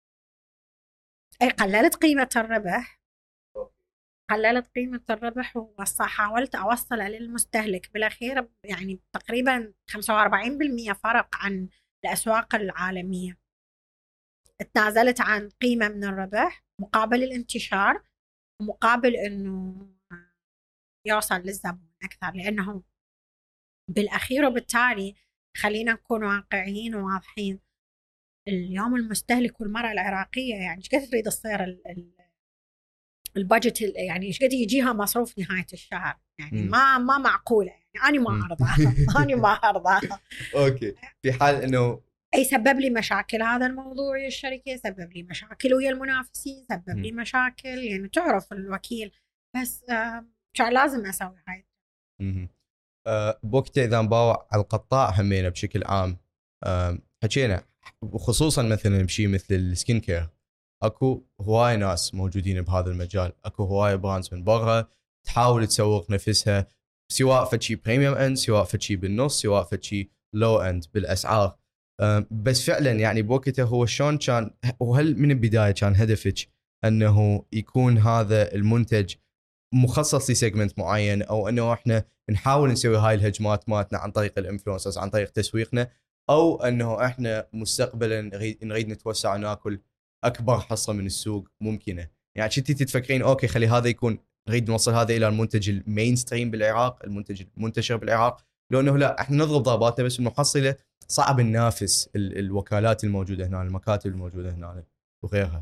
اي قللت قيمة الربح، قللت قيمة الربح وحاولت اوصله للمستهلك بالاخير يعني تقريبا خمسة وأربعين بالمئة فرق عن الاسواق العالمية. تنازلت عن قيمة من الربح مقابل الانتشار، مقابل انه يوصل للزبون اكثر، لانه بالاخير وبالتالي خلينا نكون واقعيين وواضحين. اليوم المستهلك والمرأة العراقية يعني ايش قد تريد تصير البادجت، يعني ايش قد يجيها مصروف نهاية الشهر، يعني م. ما ما معقولة، يعني انا ما ارضاها. انا ما ارضاها. اوكي. في حال انه يسبب لي مشاكل هذا الموضوع ويا الشركة، يسبب لي مشاكل ويا المنافسين، يسبب م. لي مشاكل، يعني تعرف الوكيل، بس آه كان لازم اسوي هاي. اها أه بوقتها اذا نباوع على القطاع همينا بشكل عام، أه حكينا وخصوصا مثلا بشيء مثل السكين كير، اكو هواي ناس موجودين بهذا المجال، اكو هواي براندز من برا تحاول تسوق نفسها، سواء فشي بريميوم اند، سواء فشي بالنص، سواء فشي لو اند بالاسعار. بس فعلا يعني بوقته هو شلون كان، وهل من البدايه كان هدفك انه يكون هذا المنتج مخصص لسيجمنت معين، او انه احنا نحاول نسوي هاي الهجمات مالتنا عن طريق الانفلونسرز، عن طريق تسويقنا، او انه احنا مستقبلا نريد, نريد نتوسع وناكل اكبر حصه من السوق ممكنه؟ يعني كنتي تتفكرين اوكي خلي هذا يكون، نريد نوصل هذا الى المنتج المين ستريم بالعراق، المنتج المنتشر بالعراق، لو انه لا احنا نضرب ضرباتنا بس المحصله صعب ننافس ال- الوكالات الموجوده هنا، المكاتب الموجوده هنا وغيرها؟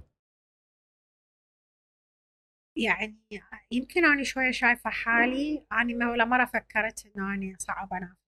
يعني يمكن أنا شوية شايفة حالي أنا ولا مرة فكرت إنه أنا صعب أنافس،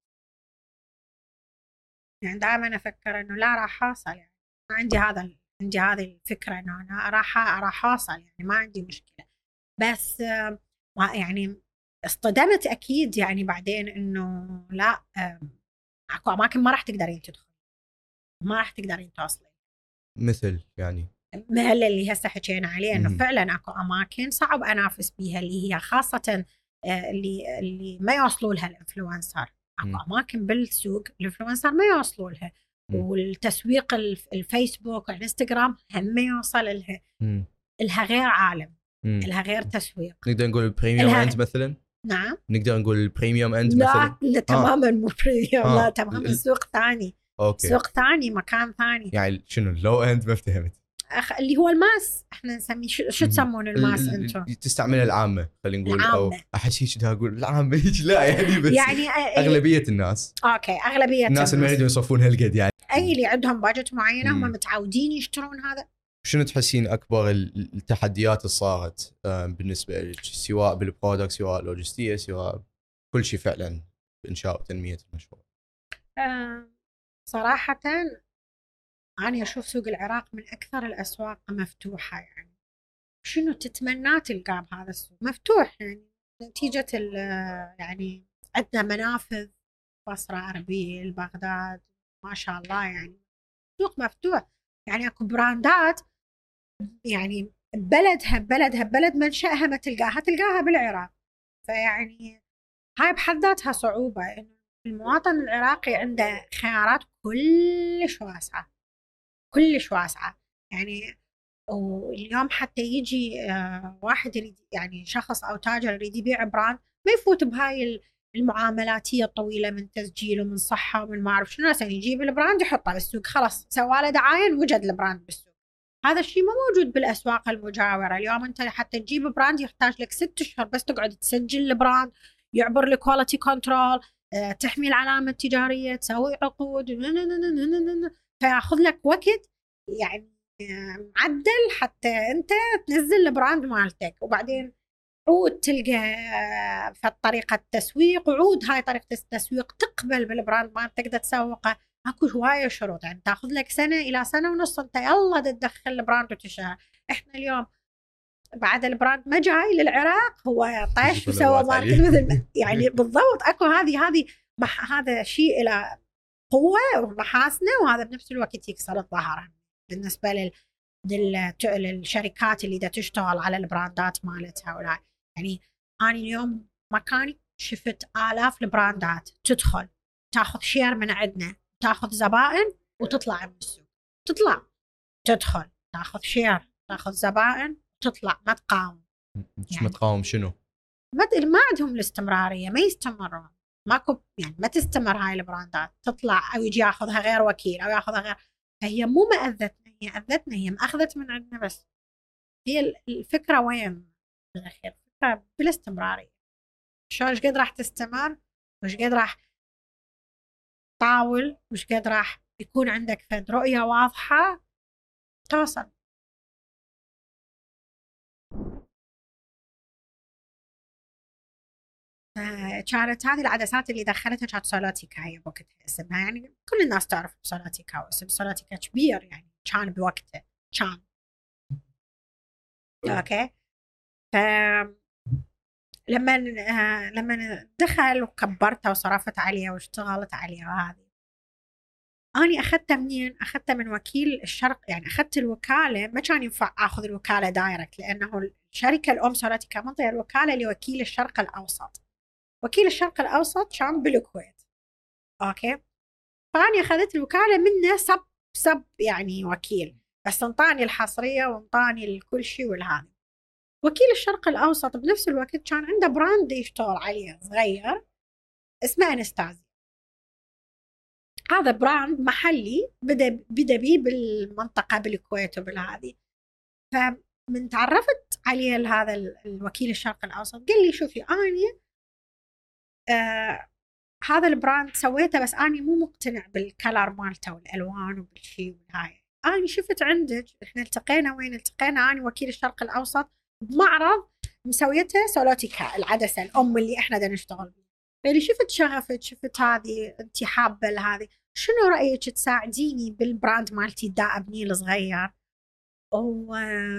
يعني دائما أفكر إنه لا راح أوصل، يعني ما عندي هذا عندي هذه الفكرة إنه أنا راح راح أوصل، يعني ما عندي مشكلة. بس ما يعني اصطدمت أكيد يعني بعدين إنه لا، أكو أماكن ما راح تقدرين تدخلين، ما راح تقدرين توصلين، مثل يعني مثل اللي هسه حكينا عليه إنه فعلا أكو أماكن صعب أنافس بيها، اللي هي خاصة اللي اللي ما يوصلوا لها الانفلونسر. اكو اماكن بالسوق الانفلونسر ما يوصلوا لها، والتسويق الفيسبوك والانستغرام هم ما يوصل لها، لها غير عالم، لها غير تسويق. نقدر نقول البريميوم اند مثلا؟ نعم نقدر نقول البريميوم اند لا مثلا؟ لا تماما مو بريميوم، آه. لا تماما سوق ثاني. أوكي. سوق ثاني، مكان ثاني. يعني شنو اللو اند؟ ما فهمت. أخ... اللي هو الماس، احنا نسميه شو, شو تسمون الماس انتم؟ تستعملها العامه خلينا نقول، العامة. او احس هيك دا اقول العامه هيك، لا يعني بس يعني اغلبيه الناس. اوكي اغلبيه الناس اللي ما يريدون يصرفون هالقد، يعني اي اللي عندهم باجت معينه هم متعودين يشترون هذا. شنو تحسين اكبر التحديات اللي صارت بالنسبه لك، سواء بالبرودكت سواء لوجستيه سواء كل شيء فعلا بانشاء وتنميه المشروع؟ أه صراحه أنا أشوف سوق العراق من أكثر الأسواق مفتوحة، يعني شنو تتمنى تلقاه بهذا السوق مفتوح، يعني نتيجة يعني عندنا منافذ بصرة، أربيل، بغداد، ما شاء الله، يعني سوق مفتوح، يعني أكو براندات يعني بلدها بلدها بلد منشأها ما تلقاها تلقاها بالعراق. فيعني هاي بحد ذاتها صعوبة، إنه المواطن العراقي عنده خيارات كلش واسعة كلش واسعة، يعني واليوم حتى يجي واحد يريد، يعني شخص أو تاجر يريد يبيع براند، ما يفوت بهاي المعاملاتية الطويلة من تسجيل ومن صحة ومن ما أعرف شنو، عشان يجيب البراند يحطه بالسوق، خلاص سواله دعاية وجد البراند بالسوق. هذا الشيء مو موجود بالأسواق المجاورة. اليوم أنت حتى تجيب براند يحتاج لك ست أشهر بس تقعد تسجل البراند، يعبر الكواليتي كنترول، تحمي العلامة التجارية، تسوي عقود، فياخذ لك وقت يعني معدل حتى انت تنزل البراند مالتك. وبعدين عود تلقى في طريقة تسويق، وعود هاي طريقة التسويق تقبل بالبراند مالتك تقدر تسوقه، اكو هواية شروط، يعني تاخذ لك سنة الى سنة ونص انت يلا تدخل البراند وتشهر. احنا اليوم بعد البراند ما جاي للعراق هو طاش وسوى ماركت مثل يعني بالضبط. اكو هذه هذه هذا شيء الى قوة ومحاسنه، وهذا بنفس الوقت يكسر الظهر بالنسبة لل للشركات اللي دا تشتغل على البراندات مالتها. ولا يعني أنا اليوم مكاني شفت آلاف البراندات تدخل تاخذ شير من عندنا، تاخذ زبائن وتطلع من السوق، تطلع تدخل تاخذ شير تاخذ زبائن تطلع، ما تقاوم. يعني ما تقاوم شنو؟ ما ما عندهم الاستمرارية، ما يستمرون، ماكو يعني ما تستمر هاي البراندات، تطلع أو يجي ياخذها غير وكيل أو ياخذها غير. فهي مو ما أذتنا، هي أذتنا، هي مأخذت من عندنا. بس هي الفكرة وين بالأخير؟ الفكرة بالاستمرارية، شلون ايش قد راح تستمر، وش قد راح تطاول، وش قد راح يكون عندك فد رؤية واضحة توصل. كانت هذه العدسات اللي دخلتها كانت سولاتيكا هي بوقتها اسمها، يعني كل الناس تعرف سولاتيكا، واسم سولاتيكا كبير يعني كان بوقته كان اوكي. ف لما آه لما دخل وكبرته وصرفت عليه واشتغلت عليه، وهذه أنا أخذتها منين؟ أخذتها من وكيل الشرق، يعني أخذت الوكالة، ما كان ينفع أخذ الوكالة دايركت لأنه الشركة الأم سولاتيكا منطقة الوكالة لوكيل الشرق الأوسط. وكيل الشرق الأوسط كان بالكويت أوكي. فاني اخذت الوكاله منه صب صب يعني وكيل، بس انطاني الحصريه وانطاني كل شيء والهذا. وكيل الشرق الاوسط بنفس الوقت كان عنده براند يشتغل عليه صغير اسمه انستازيا. هذا براند محلي بدا بدا بيه بالمنطقه بالكويت وبالهذه. فمن تعرفت عليه هذا الوكيل الشرق الاوسط قال لي شوفي اني آه هذا البراند سويته بس اني مو مقتنع بالكلر مالته والالوان وبالشيء والهاي. اني شفت عندك، احنا التقينا وين التقينا؟ اني وكيل الشرق الاوسط بمعرض مسويته سولوتيكا العدسه الام اللي احنا دا نشتغل بيها. فاللي شفت شغفك، شفت هذه انت حابه لهذه، شنو رايك تساعديني بالبراند مالتي دا ابني الصغير و...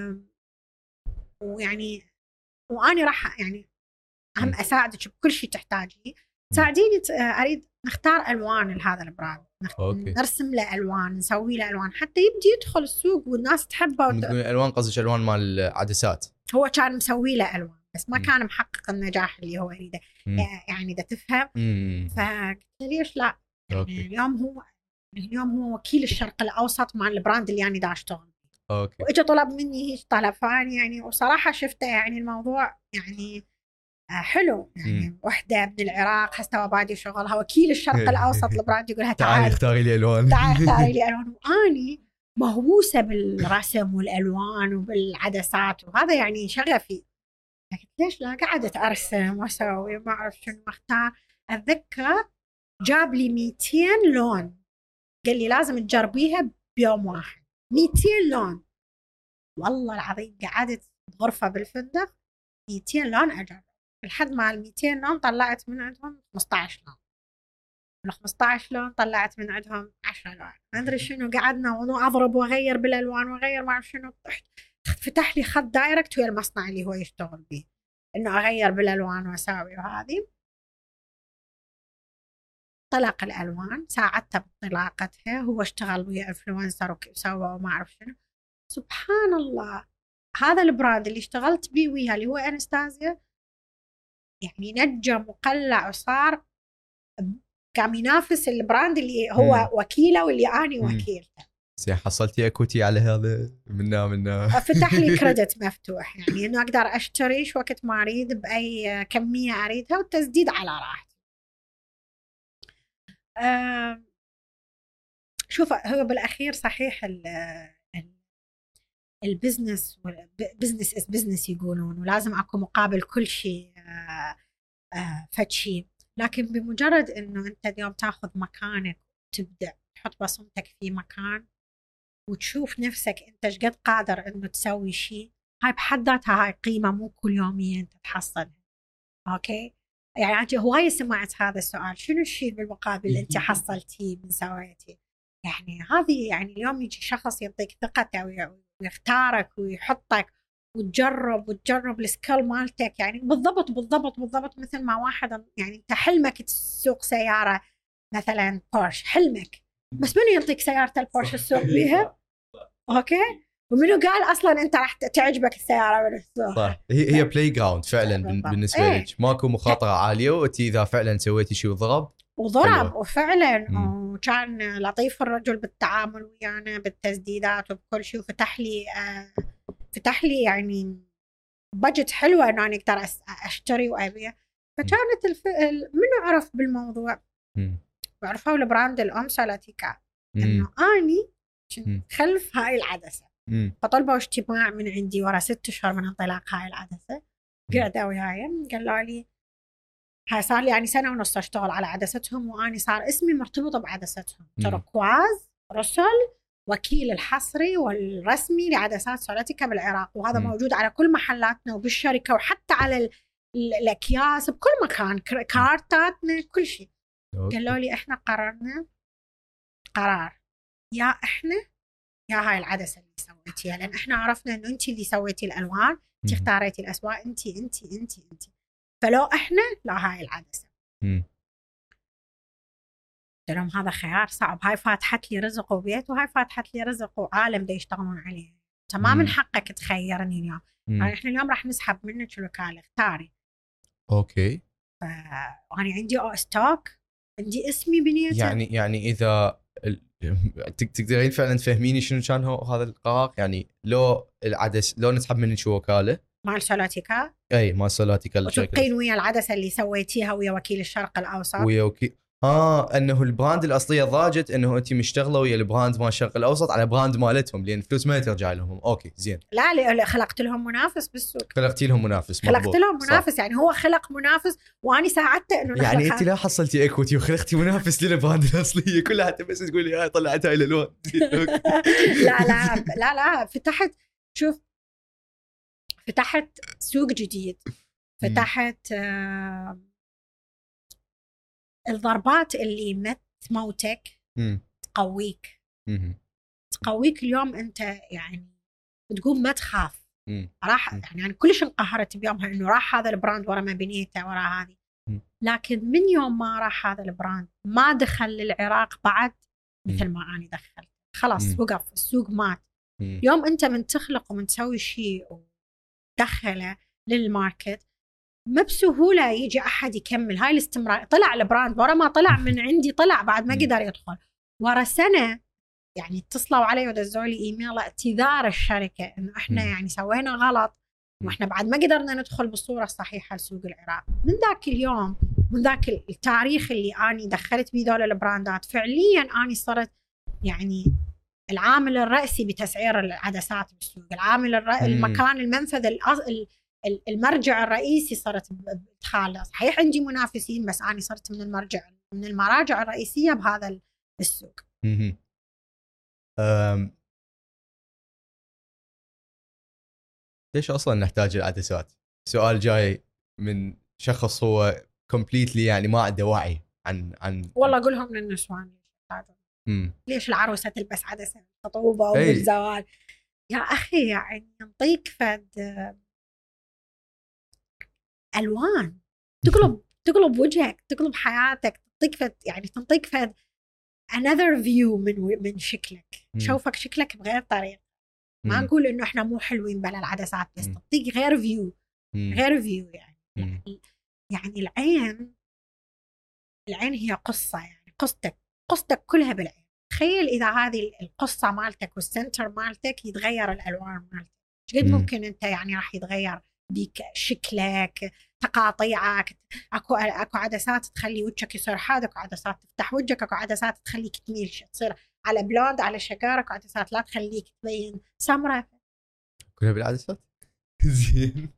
ويعني واني راح يعني هم اساعدك بكل شيء تحتاجيه. ساعديني اريد نختار الوان لهذا البراند، نخ... نرسم له الوان، نسوي له الوان حتى يبدي يدخل السوق والناس تحبه. وت... الوان قصدك الوان مال العدسات؟ هو كان مسوي له الوان بس ما م. كان محقق النجاح اللي هو يريده. يعني اذا تفهم. فقلت ليش لا يعني اليوم هو اليوم هو وكيل الشرق الاوسط مع البراند اللي يعني دا اشتغل. اوكي. واجى طلب مني هيك طلب فاني يعني وصراحه شفته يعني الموضوع يعني حلو يعني م. وحده من العراق هسه وبادي شغلها وكيل الشرق الاوسط البراند يقولها تعالي اختاري لي الوان، تعالي اختاري لي الوان. واني مهووسه بالرسم والالوان وبالعدسات وهذا يعني شغفي. قلت ليش لا قعدت ارسم واسوي ما اعرف شنو اختار. اتذكر جاب لي مئتين لون قال لي لازم تجربيها بيوم واحد. مئتين لون والله العظيم قعدت بغرفه بالفندق مئتين لون اجرب لحد ما ال مئتين لون طلعت من عندهم خمسة عشر لون. من خمسة عشر لون طلعت من عندهم عشرة لون. ما ادري شنو قعدنا واضرب واغير بالالوان واغير ما اعرف شنو. فتح لي خط دايركت ويا المصنع اللي هو يشتغل به انه اغير بالالوان واساوي. وهذه طلق الالوان ساعدته بطلاقتها. هو اشتغل ويا انفلونسر وسوى وما اعرف شنو. سبحان الله هذا البراند اللي اشتغلت به وياه اللي هو انستازيا يعني نجم وقلع وصار قام ينافس البراند اللي هو مم. وكيله واللي اني وكيلته. زين حصلتي اكوتي على هذا منا منا فتح لي كريدت مفتوح يعني انه اقدر اشتري شو وقت ما اريد باي كميه اريدها والتسديد على راحتي. أه شوف هو بالاخير صحيح ال البزنس بزنس اس بزنس يقولون ولازم اكو مقابل كل شيء أه أه فتشي. لكن بمجرد انه انت اليوم تاخذ مكانك وتبدع تحط بصمتك في مكان وتشوف نفسك انت ايش قد قادر انه تسوي شيء، هاي بحد ذاتها هاي قيمه مو كل يوميا انت تحصلها. اوكي يعني انت هواي سمعت هذا السؤال شنو الشيء بالمقابل اللي انت حصلتيه من سويتي. يعني هذه يعني اليوم يجي شخص يعطيك ثقته ويختارك ويحطك وتجرب وتجرب السكيل مالتك. يعني بالضبط بالضبط بالضبط مثل ما واحد يعني انت حلمك تسوق سياره مثلا بورش حلمك، بس منو يعطيك سياره البورش تسوق بيها؟ اوكي ومنو قال اصلا انت راح تعجبك السياره من السوق؟ صح هي هي بلاي جراوند فعلا بالنسبه ايه. لك ماكو مخاطره عاليه وانت اذا فعلا سويتي شيء وضرب وضرب وفعلا وكان لطيف الرجل بالتعامل ويانا بالتسديدات وبكل شيء وفتح لي آه فتح لي يعني بجت حلوه انه انا اقدر اشتري وابيع. فكانت الف... منو عرف بالموضوع وعرفوا البراند الام سولوتيكا انه اني كنت خلف هاي العدسه. مم. فطلبوا اجتماع من عندي ورا ست اشهر من انطلاق هاي العدسه. قعدوا وياي قالوا لي هاي صار لي يعني سنه ونص اشتغل على عدستهم واني صار اسمي مرتبط بعدستهم. تركواز رسل وكيل الحصري والرسمي لعدسات سولوتيكا بالعراق وهذا م. موجود على كل محلاتنا وبالشركه وحتى على الاكياس بكل مكان كارتاتنا كل شيء. قالوا لي احنا قررنا قرار يا احنا يا هاي العدسه اللي سويتيها لان احنا عرفنا انه انت اللي سويتي الالوان انت اختاريتي الاسواق انت انت انت انت فلو احنا لا هاي العدسه. امم قلت لهم هذا خيار صعب. هاي فاتحت لي رزق وبيت وهاي فاتحت لي رزق وعالم دا يشتغلون عليه. تمام من حقك تخيرني اليوم يعني احنا اليوم راح نسحب منك الوكاله اختاري. اوكي فأنا عندي ستوك عندي اسمي بنيته. يعني يعني اذا ال- تق- تقدرين فعلا تفهميني شنو كان هو هذا القرار؟ يعني لو العدس لو نسحب منك وكاله مال سولاتيكا اي ما سولاتيكا وتبقين ويا العدسه اللي سويتيها ويا وكيل الشرق الاوسط ويا وكي اه انه البراند الاصليه ضاجت انه انت مشتغله ويا البراند مال الشرق الاوسط على براند مالتهم، لان فلوس ما ترجع لهم. اوكي زين. لا لا خلقت لهم منافس بالسوق، خلقتي لهم منافس. خلقت مضبوط. لهم صح. منافس. يعني هو خلق منافس واني ساعدته انه يعني نخلق انت لا حصلتي اكوتي وخلقتي منافس للبراند الاصليه كلها حتى بس تقولي هاي طلعتها الى الوان. لا لا لا لا فتحت، شوف فتحت سوق جديد، فتحت آه الضربات اللي ما تموتك تقويك، تقويك. اليوم انت يعني تقوم ما تخاف. راح يعني أنا كلش انقهرت بيومها انه راح هذا البراند ورا ما بنيته ورا هذه، لكن من يوم ما راح هذا البراند ما دخل للعراق بعد مثل ما أنا دخلت. خلاص وقف السوق مات. يوم انت من تخلق ومن تسوي شيء ودخله للماركت ما بسهوله يجي احد يكمل هاي الاستمرار. طلع البراند ورا ما طلع من عندي، طلع بعد ما قدر يدخل ورا سنه. يعني اتصلوا علي ودزوا لي ايميل اعتذار الشركه انه احنا يعني سوينا غلط واحنا بعد ما قدرنا ندخل بالصوره الصحيحه لسوق العراق. من ذاك اليوم، من ذاك التاريخ اللي اني دخلت بيه دول البراندات، فعليا اني صرت يعني العامل الرئيسي بتسعير العدسات بالسوق، العامل الرئيسي، المكان، المنفذ، المرجع الرئيسي صرت بتخالص. صحيح عندي منافسين بس أنا صرت من المرجع، من المراجع الرئيسية بهذا السوق. أم... ليش أصلا نحتاج العدسات؟ سؤال جاي من شخص هو كومبليتلي يعني ما عنده وعي عن عن والله أقول لهم للنسوان ليش العروسة تلبس عدسة خطوبة وبالزواج؟ يا أخي يعني ينطيك فد ألوان تقلب تقلب وجهك، تقلب حياتك، تنطيك فد يعني تنطيك فد another view من من شكلك. شوفك شكلك بغير طريقة. ما نقول إنه إحنا مو حلوين بلا العدسات، بس تعطيك غير فيو، غير فيو يعني. يعني يعني العين، العين هي قصة، يعني قصتك قصتك كلها بالعين. تخيل إذا هذه القصة مالتك والسنتر مالتك يتغير الألوان مالتك، قد ممكن أنت يعني راح يتغير بيك شكلك، تقاطيعك. اكو اكو عدسات تخلي وجهك يصير حاد، اكو عدسات تفتح وجهك، اكو عدسات تخليك تميل تصير على بلوند على شقار، اكو عدسات لا تخليك تبين سمرة. كلها بالعدسات. زين.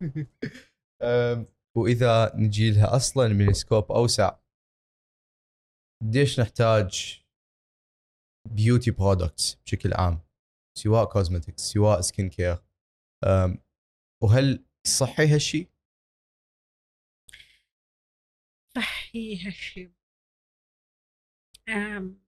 واذا نجي لها اصلا من سكوب اوسع، ليش نحتاج بيوتي برودكتس بشكل عام، سواء كوزمتكس سواء سكين كير؟ وهل صحي هالشيء؟ صحي هالشيء. أم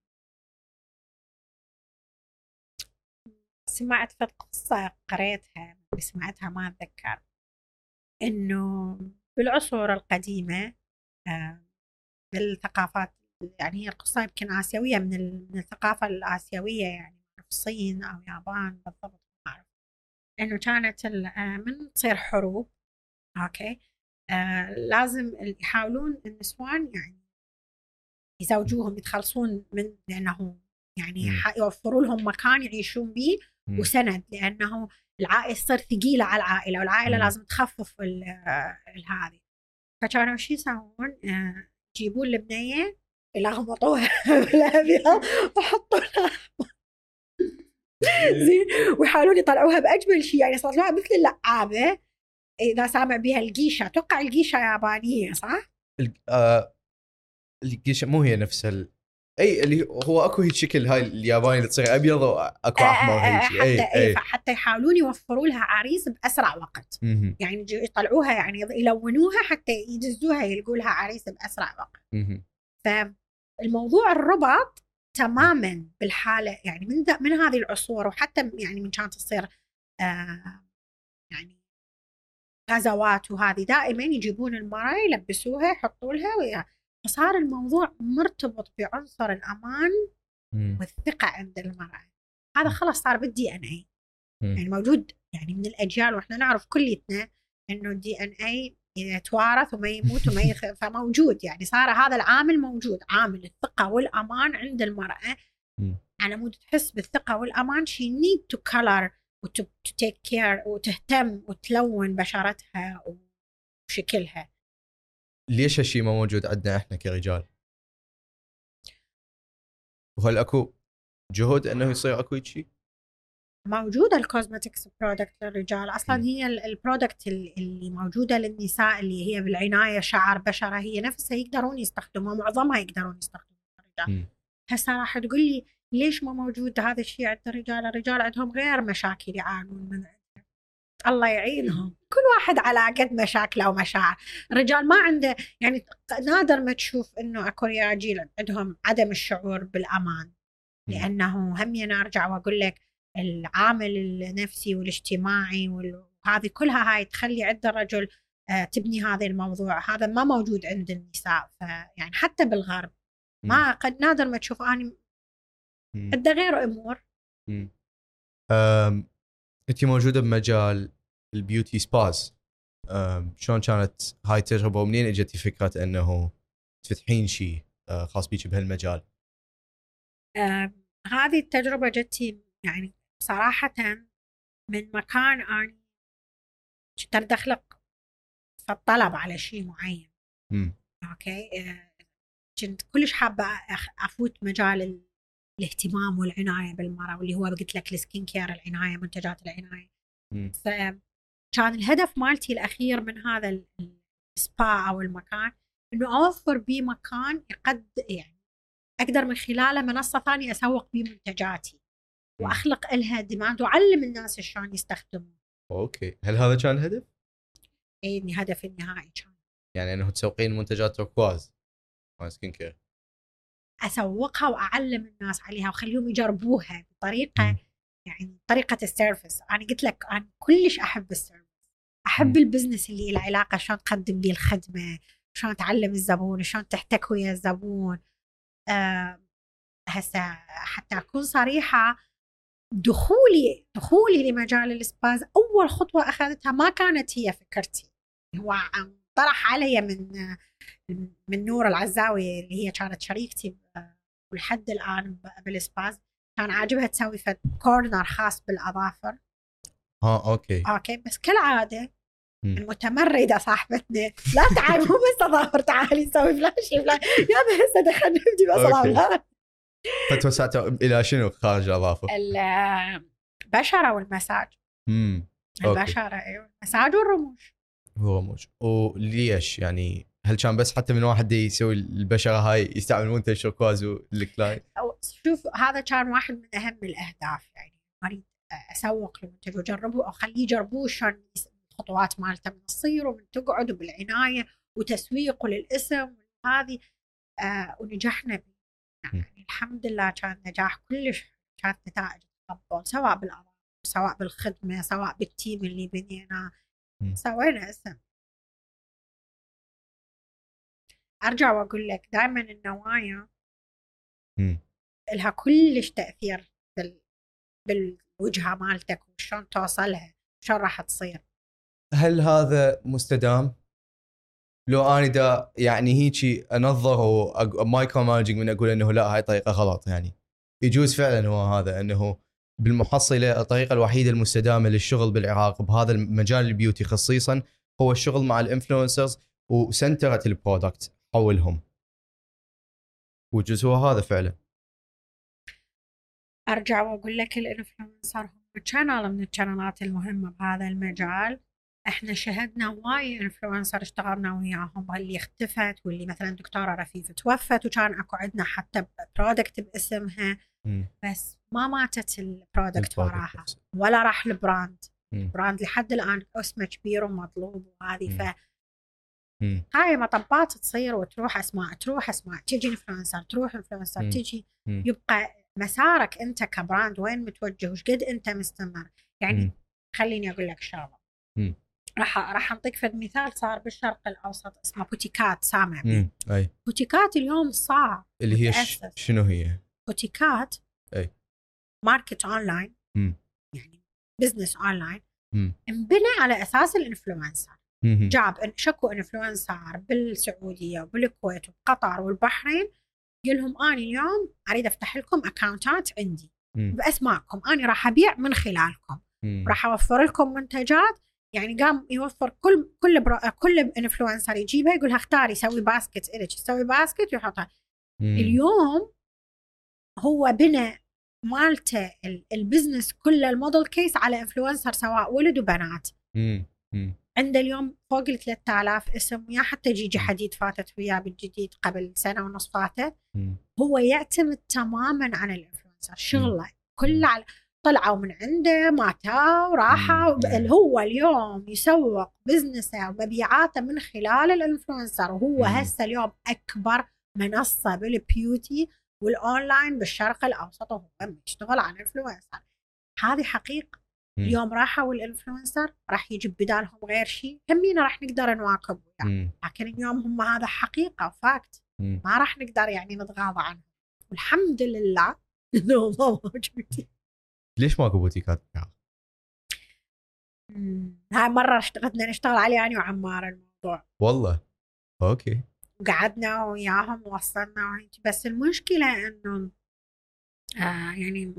سمعت في القصة قريتها سمعتها ما أتذكر، إنه بالعصور القديمة بالثقافات، يعني هي القصة يمكن آسيوية، من من الثقافة الآسيوية، يعني في الصين أو يابان بالضبط ما أعرف، إنه كانت من تصير حروب أوكي آه لازم يحاولون النسوان يعني يزوجوهم يتخلصون من، لأنه يعني يوفروا لهم مكان يعيشون به وسند، لأنه العائلة تصير ثقيلة على العائلة والعائلة م. لازم تخفف هذه. فكانوا شو يسوون؟ آه يجيبون البنية يلخبطوها بالأبيض وحطوا لها زين ويحاولون يطلعوها بأجمل شيء، يعني صارت لها مثل اللعابة. إذا سامع بها القيشة، توقع القيشة يابانية صح؟ آه القيشة مو هي نفس ال... اي اللي هو اكو هيك شكل هاي الياباني اللي تصير ابيض واكو احمر هيك شيء. حتى اي, أي. حتى يحاولون يوفروا لها عريس باسرع وقت. م-م. يعني يطلعوها يعني يلونوها حتى يدزوها يلقوا لها عريس باسرع وقت. م-م. فالموضوع الربط تماما بالحاله، يعني من من هذه العصور، وحتى يعني من كانت تصير آه يعني غزوات وهذه دائما يجيبون المرأة يلبسوها يحطوا لها ويا، فصار الموضوع مرتبط بعنصر الأمان م. والثقة عند المرأة. هذا خلاص صار بالدي ان اي، يعني موجود يعني من الأجيال، وإحنا نعرف كليتنا إنه الدي ان اي يتوارث وما يموت وما يخ... فموجود يعني صار هذا العامل موجود، عامل الثقة والأمان عند المرأة. م. على مود تحس بالثقة والأمان she need to color و to take care وتهتم وتلون بشرتها وشكلها. ليش هالشيء ما موجود عندنا احنا كرجال؟ وهل اكو جهد انه يصير اكو شيء؟ موجودة الكوزمتكس برودكت للرجال أصلا. م. هي البرودكت اللي موجودة للنساء اللي هي بالعناية شعر بشرة هي نفسها يقدرون يستخدموها، معظمها يقدرون يستخدموها الرجال. هسه راح تقول لي ليش ما موجود هذا الشيء عند الرجال؟ الرجال عندهم غير مشاكل يعانون من عندها، الله يعينهم، كل واحد على قد مشاكله ومشاعر. الرجال ما عنده يعني نادر ما تشوف إنه أكو رجال عندهم عدم الشعور بالأمان، لأنه هم ينرجع وأقول لك العامل النفسي والاجتماعي وهذه كلها هاي تخلي عند الرجل تبني هذا الموضوع، هذا ما موجود عند النساء. فيعني حتى بالغرب ما قد نادر ما تشوف أنا عنده غير أمور. أنت موجودة بمجال البيوتي سباز، شلون كانت هاي التجربة ومنين اجتي فكرة أنه تفتحين شيء خاص بيك بهالمجال؟ هذه التجربة جتي يعني صراحة من مكان أنا كنت أخلق فالطلب على شيء معين. م. أوكي، كنت كلش حابة أفوت مجال الاهتمام والعناية بالمرأة، واللي هو قلت لك السكين كير، العناية، منتجات العناية. م. فكان الهدف مالتي الأخير من هذا السبا أو المكان إنه أوفر بيه مكان يقد يعني أقدر من خلاله منصة ثانية أسوق بيه منتجاتي وأخلق إلها ديماند وأعلم الناس شلون يستخدمون. أوكي، هل هذا كان الهدف؟ إيه، هدفي النهائي كان يعني أنه تسوقين منتجات توركواز مال سكين كير، أسوقها وأعلم الناس عليها وخليهم يجربوها بطريقة م. يعني طريقة السيرفيس. أنا قلت لك أنا كلش أحب السيرفيس، أحب م. البزنس اللي له علاقة شلون تقدم بيه الخدمة، شلون تعلم الزبون، شلون تحتك ويا الزبون. أه هسه حتى أكون صريحة، دخولي دخولي لمجال السباز أول خطوة أخذتها ما كانت هي فكرتي، هو طرح علي من من نور العزاوي اللي هي كانت شريكتي ولحد الآن بالسباز. كان عاجبها تسوي فد كورنر خاص بالأظافر. ها أوكي أوكي، بس كالعادة المتمردة صاحبتنا لا تعال مو بس أظافر، تعالي نسوي فلاشي فلاش يا هسه دخلنا نبدي بس أظافر. فتوسعت إلى شنو خارج الأظافر؟ البشرة والمساج. امم البشرة أيوة، المساج والرموش. رموش. وليش يعني هل كان بس حتى من واحد يسوي البشرة هاي يستعمل منتج توركواز والكلاين؟ شوف هذا كان واحد من أهم الأهداف، يعني أريد أسوق المنتج وجربه أو خليه يجربوه شلون الخطوات مالته من تصير ومن تقعد وبالعناية وتسويق للاسم هذه. آه ونجحنا به يعني الحمد لله، كان نجاح كلش، كانت نتائج تقبل سواء بالأضافة سواء بالخدمة سواء بالتيم اللي بنينا سوينا اسم. أرجع وأقول لك دائما النوايا م. لها كلش تأثير بال... بالوجهة مالتك وشون توصلها شون راح تصير. هل هذا مستدام؟ لو أنا دا يعني هيجي أنظر ومايكرو مانجينج من أقول إنه لا هاي طريقة غلط، يعني يجوز فعلا هو هذا إنه بالمحصلة الطريقة الوحيدة المستدامة للشغل بالعراق بهذا المجال البيوتي خصيصا هو الشغل مع الانفلونسرز وسنترة البرودكت حولهم، وجزء هو هذا فعلا. أرجع وأقول لك الانفلونسر هم شانل من الشانلات المهمة بهذا المجال. احنا شهدنا وايد انفلونسر اشتغلنا وياهم، اللي اختفت واللي مثلا دكتورة رفيفة توفت وكان اكو عندنا حتى برودكت باسمها م. بس ما ماتت البرودكت وراها ولا راح البراند. البراند لحد الآن اسمه كبير ومطلوب وهذه. ف هاي مطبات تصير وتروح اسماء تروح اسماء تيجي انفلونسر تروح انفلونسر تيجي، يبقى مسارك انت كبراند وين متوجه وش قد انت مستمر. يعني م. خليني اقول لك شغله، راح راح انطيك فد مثال صار بالشرق الاوسط اسمه بوتيكات. سامع بيه؟ اي بوتيكات اليوم صعب اللي هي ش... شنو هي بوتيكات؟ اي ماركت اونلاين، م. يعني بزنس اونلاين انبنى على اساس الانفلونسر. جاب شكو انفلونسر بالسعوديه وبالكويت وبقطر والبحرين، قال لهم انا اليوم اريد افتح لكم اكاونتات عندي مم. باسمائكم، انا راح ابيع من خلالكم، مم. راح اوفر لكم منتجات. يعني قام يوفر كل كل برا كل انفلونسر يجيبها يقول اختاري، سوي باسكت الك، تسوي باسكت ويحطها. اليوم هو بنى مالته البزنس كله الموديل كيس على انفلونسر سواء ولد وبنات. مم. مم. عنده اليوم فوق ال ثلاثة آلاف اسم، ويا حتى جيجي حديد فاتت وياه بالجديد قبل سنة ونص فاتت. مم. هو يعتمد تماما على الانفلونسر، شغله كله على طلعوا من عنده ماتوا وراحوا. هو اليوم يسوق بزنسه ومبيعاته من خلال الانفلونسر، وهو هسه اليوم أكبر منصة بالبيوتي والأونلاين بالشرق الأوسط، وهو يشتغل على الانفلونسر. هذه حقيقة. مم. اليوم راحوا الانفلونسر راح يجيب بدالهم غير شيء، همينا راح نقدر نواكب وياه. لكن اليوم هم هذا حقيقة وفاكت، ما راح نقدر يعني نتغاضى عنه. والحمد لله انه ما موجودين. ليش ماكو بوتيكات؟ هاي مرة اشتغلنا نشتغل عليه يعني وعمار الموضوع والله اوكي، وقعدنا وياهم ووصلنا. بس المشكلة انه آه يعني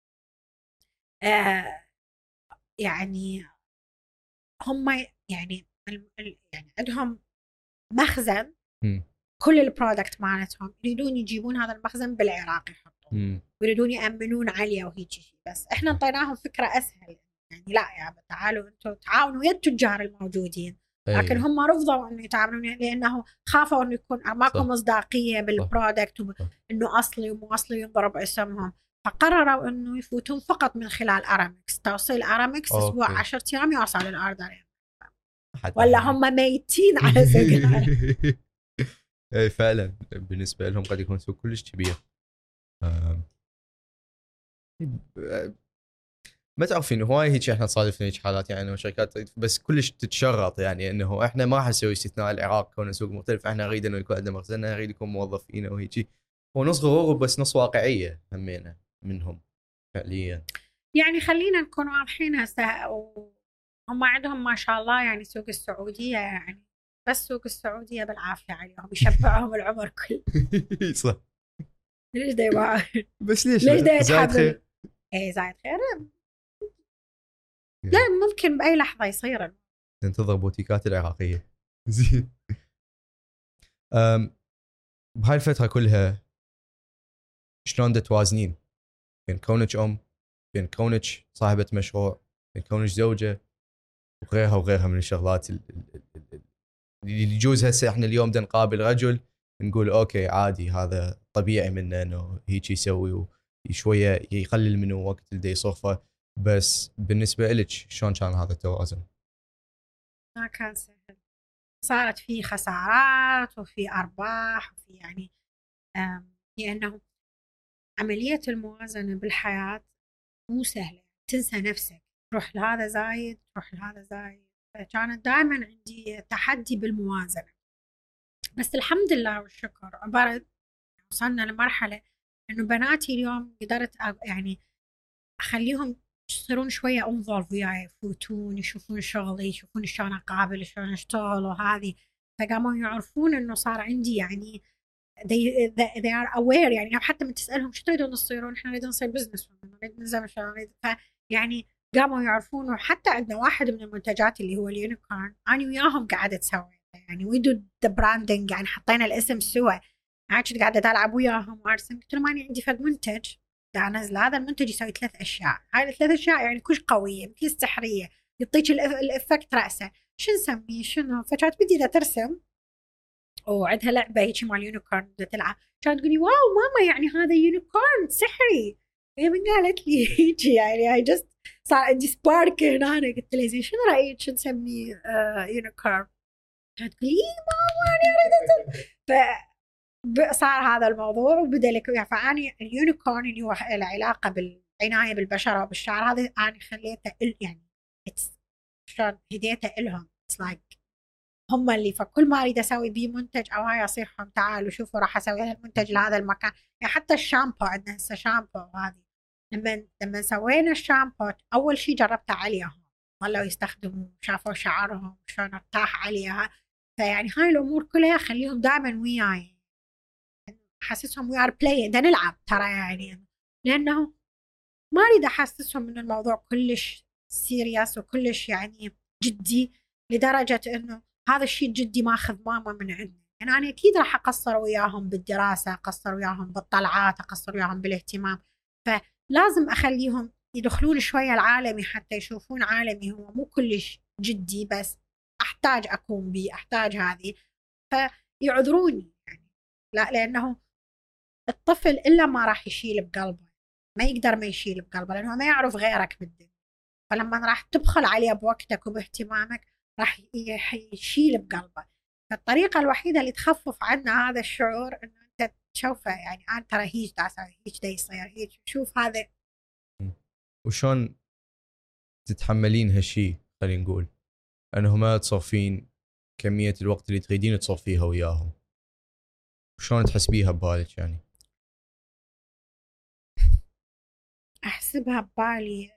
آه يعني هم يعني يعني عندهم مخزن م. كل البرودكت مالتهم، يريدون يجيبون هذا المخزن بالعراق يحطون، ويريدون يأمنون عليه وهيك شيء. بس احنا انطيناهم فكرة اسهل، يعني لا يا تعالوا انتم تعاونوا ويا التجار الموجودين. لكن هم رفضوا انه يتعاملون لانه خافوا انه يكون ماكو مصداقية بالبرودكت، وانه اصلي ومو اصلي ينضرب اسمهم. فقرروا انه يفوتون فقط من خلال ارامكس، توصيل ارامكس اسبوع عشرة ايام يوصل الاوردر. ولا هم ميتين على سجارة. اي فعلا بالنسبه لهم قد يكون سوق كلش كبير. آه. ما تعرفين هواي هيك احنا صادفنا هيك حالات، يعني شركات بس كلش تتشرط، يعني انه احنا ما راح نسوي استثناء العراق كونه سوق مختلف، احنا نريد انه يكون عندنا مخزننا، نريد يكون موظفين وهيك. هو نص غرور بس نص واقعيه همينا منهم فعليا. يعني خلينا نكون واضحين هسه، وهم عندهم ما شاء الله يعني سوق السعوديه، يعني بس سوق السعوديه بالعافيه عليهم، يشبعهم العمر كله. صح. ليش دا يبغى بس ليش ليش دا زايد خير؟ اي زايد خير. لا ممكن باي لحظه يصير. ننتظر بوتيكات العراقيه. زين. امم بهاي الفتره كلها شلون دا توازنين بين كونك ام، بين كونك صاحبه مشروع، بين كونك زوجه، وغيرها وغيرها من الشغلات اللي يجوز هسه احنا اليوم دا نقابل رجل نقول اوكي عادي هذا طبيعي منه انه هيك يسوي وشويه يقلل منه وقت اللي يصرفه، بس بالنسبه لك شلون كان هذا التوازن؟ ما كان سهل، صارت في خسارات وفي ارباح وفي يعني لانه عمليه الموازنه بالحياه مو سهله، تنسى نفسك، تروح لهذا زايد تروح لهذا زايد. فكانت دائما عندي تحدي بالموازنه. بس الحمد لله والشكر عبارة وصلنا لمرحله انه بناتي اليوم قدرت يعني اخليهم يصيرون شويه انظر وياي، يفوتون يشوفون شغلي، يشوفون شلون اقابل شلون اشتغل وهذه. فقاموا يعرفون انه صار عندي يعني they, they are aware. يعني حتى من تسالهم شو تريدون تصيرون، احنا نريد نصير بزنس، نريد نزم شلون. فيعني قاموا يعرفون. وحتى عندنا واحد من المنتجات اللي هو اليونيكورن انا وياهم قاعده تسوي، يعني وي دو ذا براندنج، يعني حطينا الاسم سوا. قاعده قاعده العب وياهم وارسم. قلت لهم انا عندي فد منتج دا انزل، هذا المنتج يسوي ثلاث اشياء، هاي الثلاث اشياء يعني كلش قويه مثل السحريه، يعطيك الافكت راسه. شو نسميه شنو؟ فكانت بدي دا ترسم وعندها لعبه هيك مال يونيكورن بدها تلعب. كانت تقولي واو ماما يعني هذا يونيكورن سحري. هي من قالت لي هيك يعني اي جست صار عندي سبارك هنا. أنا قلت لها زين شنو رايك شو نسميه آه يونيكورن؟ كانت تقولي اي ماما انا اريد. فصار هذا الموضوع وبدا لك. فاني اليونيكورن اللي هو العلاقه بالعنايه بالبشره وبالشعر، هذا انا خليته يعني شلون هديته لهم. اتس لايك هم اللي، فكل ما اريد اسوي بيه منتج او هاي اصيحهم تعالوا شوفوا راح اسوي هذا المنتج لهذا المكان. يعني حتى الشامبو عندنا هسه شامبو، وهذه لما لما سوينا الشامبو اول شيء جربته عليهم ظلوا يستخدموا، شافوا شعرهم شلون ارتاح عليها. فيعني هاي الأمور كلها خليهم دائما وياي، حاسسهم we are playing، ده نلعب ترى يعني، لأنه ما أريد أحسسهم إن الموضوع كلش سيرياس وكلش يعني جدي، لدرجة إنه هذا الشيء جدي ماخذ ماما من عندنا. يعني أنا أكيد راح أقصر وياهم بالدراسة، أقصر وياهم بالطلعات، أقصر وياهم بالاهتمام. فلازم أخليهم يدخلون شوية العالمي حتى يشوفون عالمي هو مو كلش جدي، بس أحتاج أكون بيه، أحتاج هذه، فيعذروني يعني. لا، لأنه الطفل إلا ما راح يشيل بقلبه، ما يقدر ما يشيل بقلبه، لأنه ما يعرف غيرك بالدنيا. فلما راح تبخل عليه بوقتك وباهتمامك راح يشيل بقلبه. فالطريقة الوحيدة اللي تخفف عنا هذا الشعور إنه أنت تشوفه، يعني أنا ترى هيج دا أسوي، هيج دا يصير، هيج شوف هذا. وشون تتحملين هالشي؟ خلينا نقول أنه ما تصفين كمية الوقت اللي تريدين تصفيها وياهم، وشون تحسبيها ببالك يعني؟ أحسبها ببالي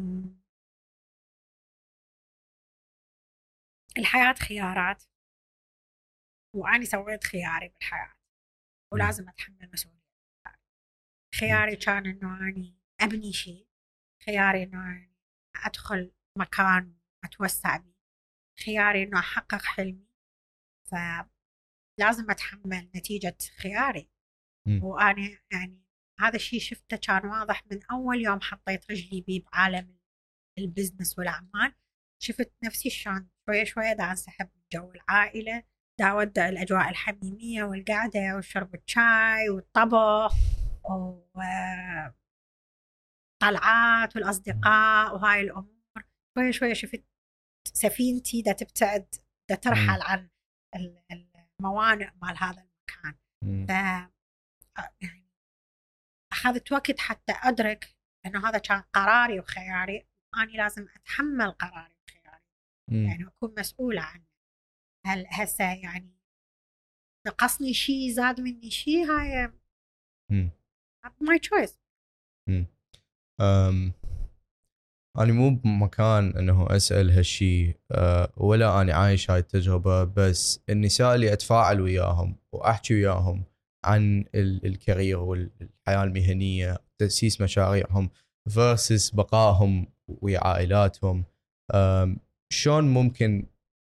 الحياة خيارات، وأنا سويت خياري بالحياة ولازم أتحمل مسؤولية. خياري كان إنه أنا أبني شيء، خياري إنه أنا أدخل مكان أتوسع بيه، خياري إنه أحقق حلمي، فلازم أتحمل نتيجة خياري. م. وأنا يعني هذا الشيء شفته كان واضح من أول يوم حطيت رجلي بيه بعالم البزنس والأعمال. شفت نفسي شلون شوية شوية دا أنسحب من جو العائلة، دا أودع الأجواء الحميمية والقعدة وشرب الشاي والطبخ وطلعات والأصدقاء وهاي الأمور. شوية شوية شفت سفينتي دا تبتعد، دا ترحل عن الموانئ مال هذا المكان. ف يعني أخذت وقت حتى أدرك أنه هذا كان قراري وخياري، أنا لازم أتحمل قراري وخياري، م. يعني أكون مسؤولة عنه. هل هسه يعني نقصني شيء، زاد مني شيء، هاي my choice. أم أنا مو بمكان أنه أسأل هالشي، أه ولا أنا عايش هاي التجربة، بس النساء اللي أتفاعل وياهم وأحكي وياهم عن الكارير والحياة المهنية، تأسيس مشاريعهم versus بقائهم ويا عائلاتهم، شلون ممكن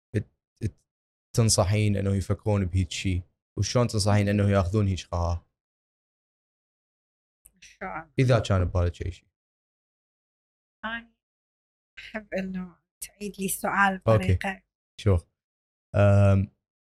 تنصحين أنه يفكرون بهيك شيء، وشلون تنصحين أنه يأخذون هيك قرار إذا كان ببالك أي شيء؟ أنا أحب أنه تعيد لي السؤال بطريقة. أوكي. شوف، أم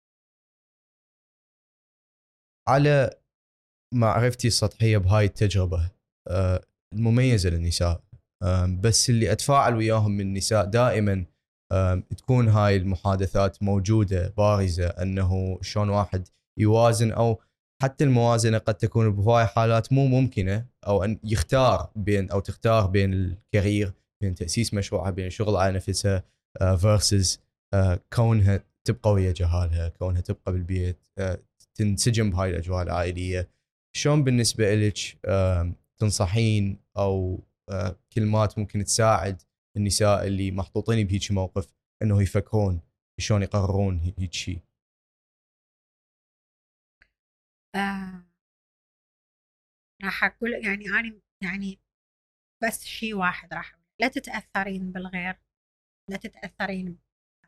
على معرفتي السطحية بهاي التجربة أه المميزة للنساء، بس اللي أتفاعل وياهم من النساء دائما تكون هاي المحادثات موجودة بارزة، أنه شلون واحد يوازن، أو حتى الموازنة قد تكون بهواي حالات مو ممكنة، أو أن يختار بين أو تختار بين الكارير، بين تأسيس مشروعها، بين الشغل على نفسها versus كونها تبقى ويا جهالها، كونها تبقى بالبيت، تنسجم بهاي الأجواء العائلية. شلون بالنسبة إليك تنصحين أو كلمات ممكن تساعد النساء اللي محطوطين بهيك موقف انه يفكرون شلون يقررون هيك شيء؟ آه. راح اقول يعني انا يعني بس شيء واحد راح اقول، لا تتاثرين بالغير، لا تتاثرين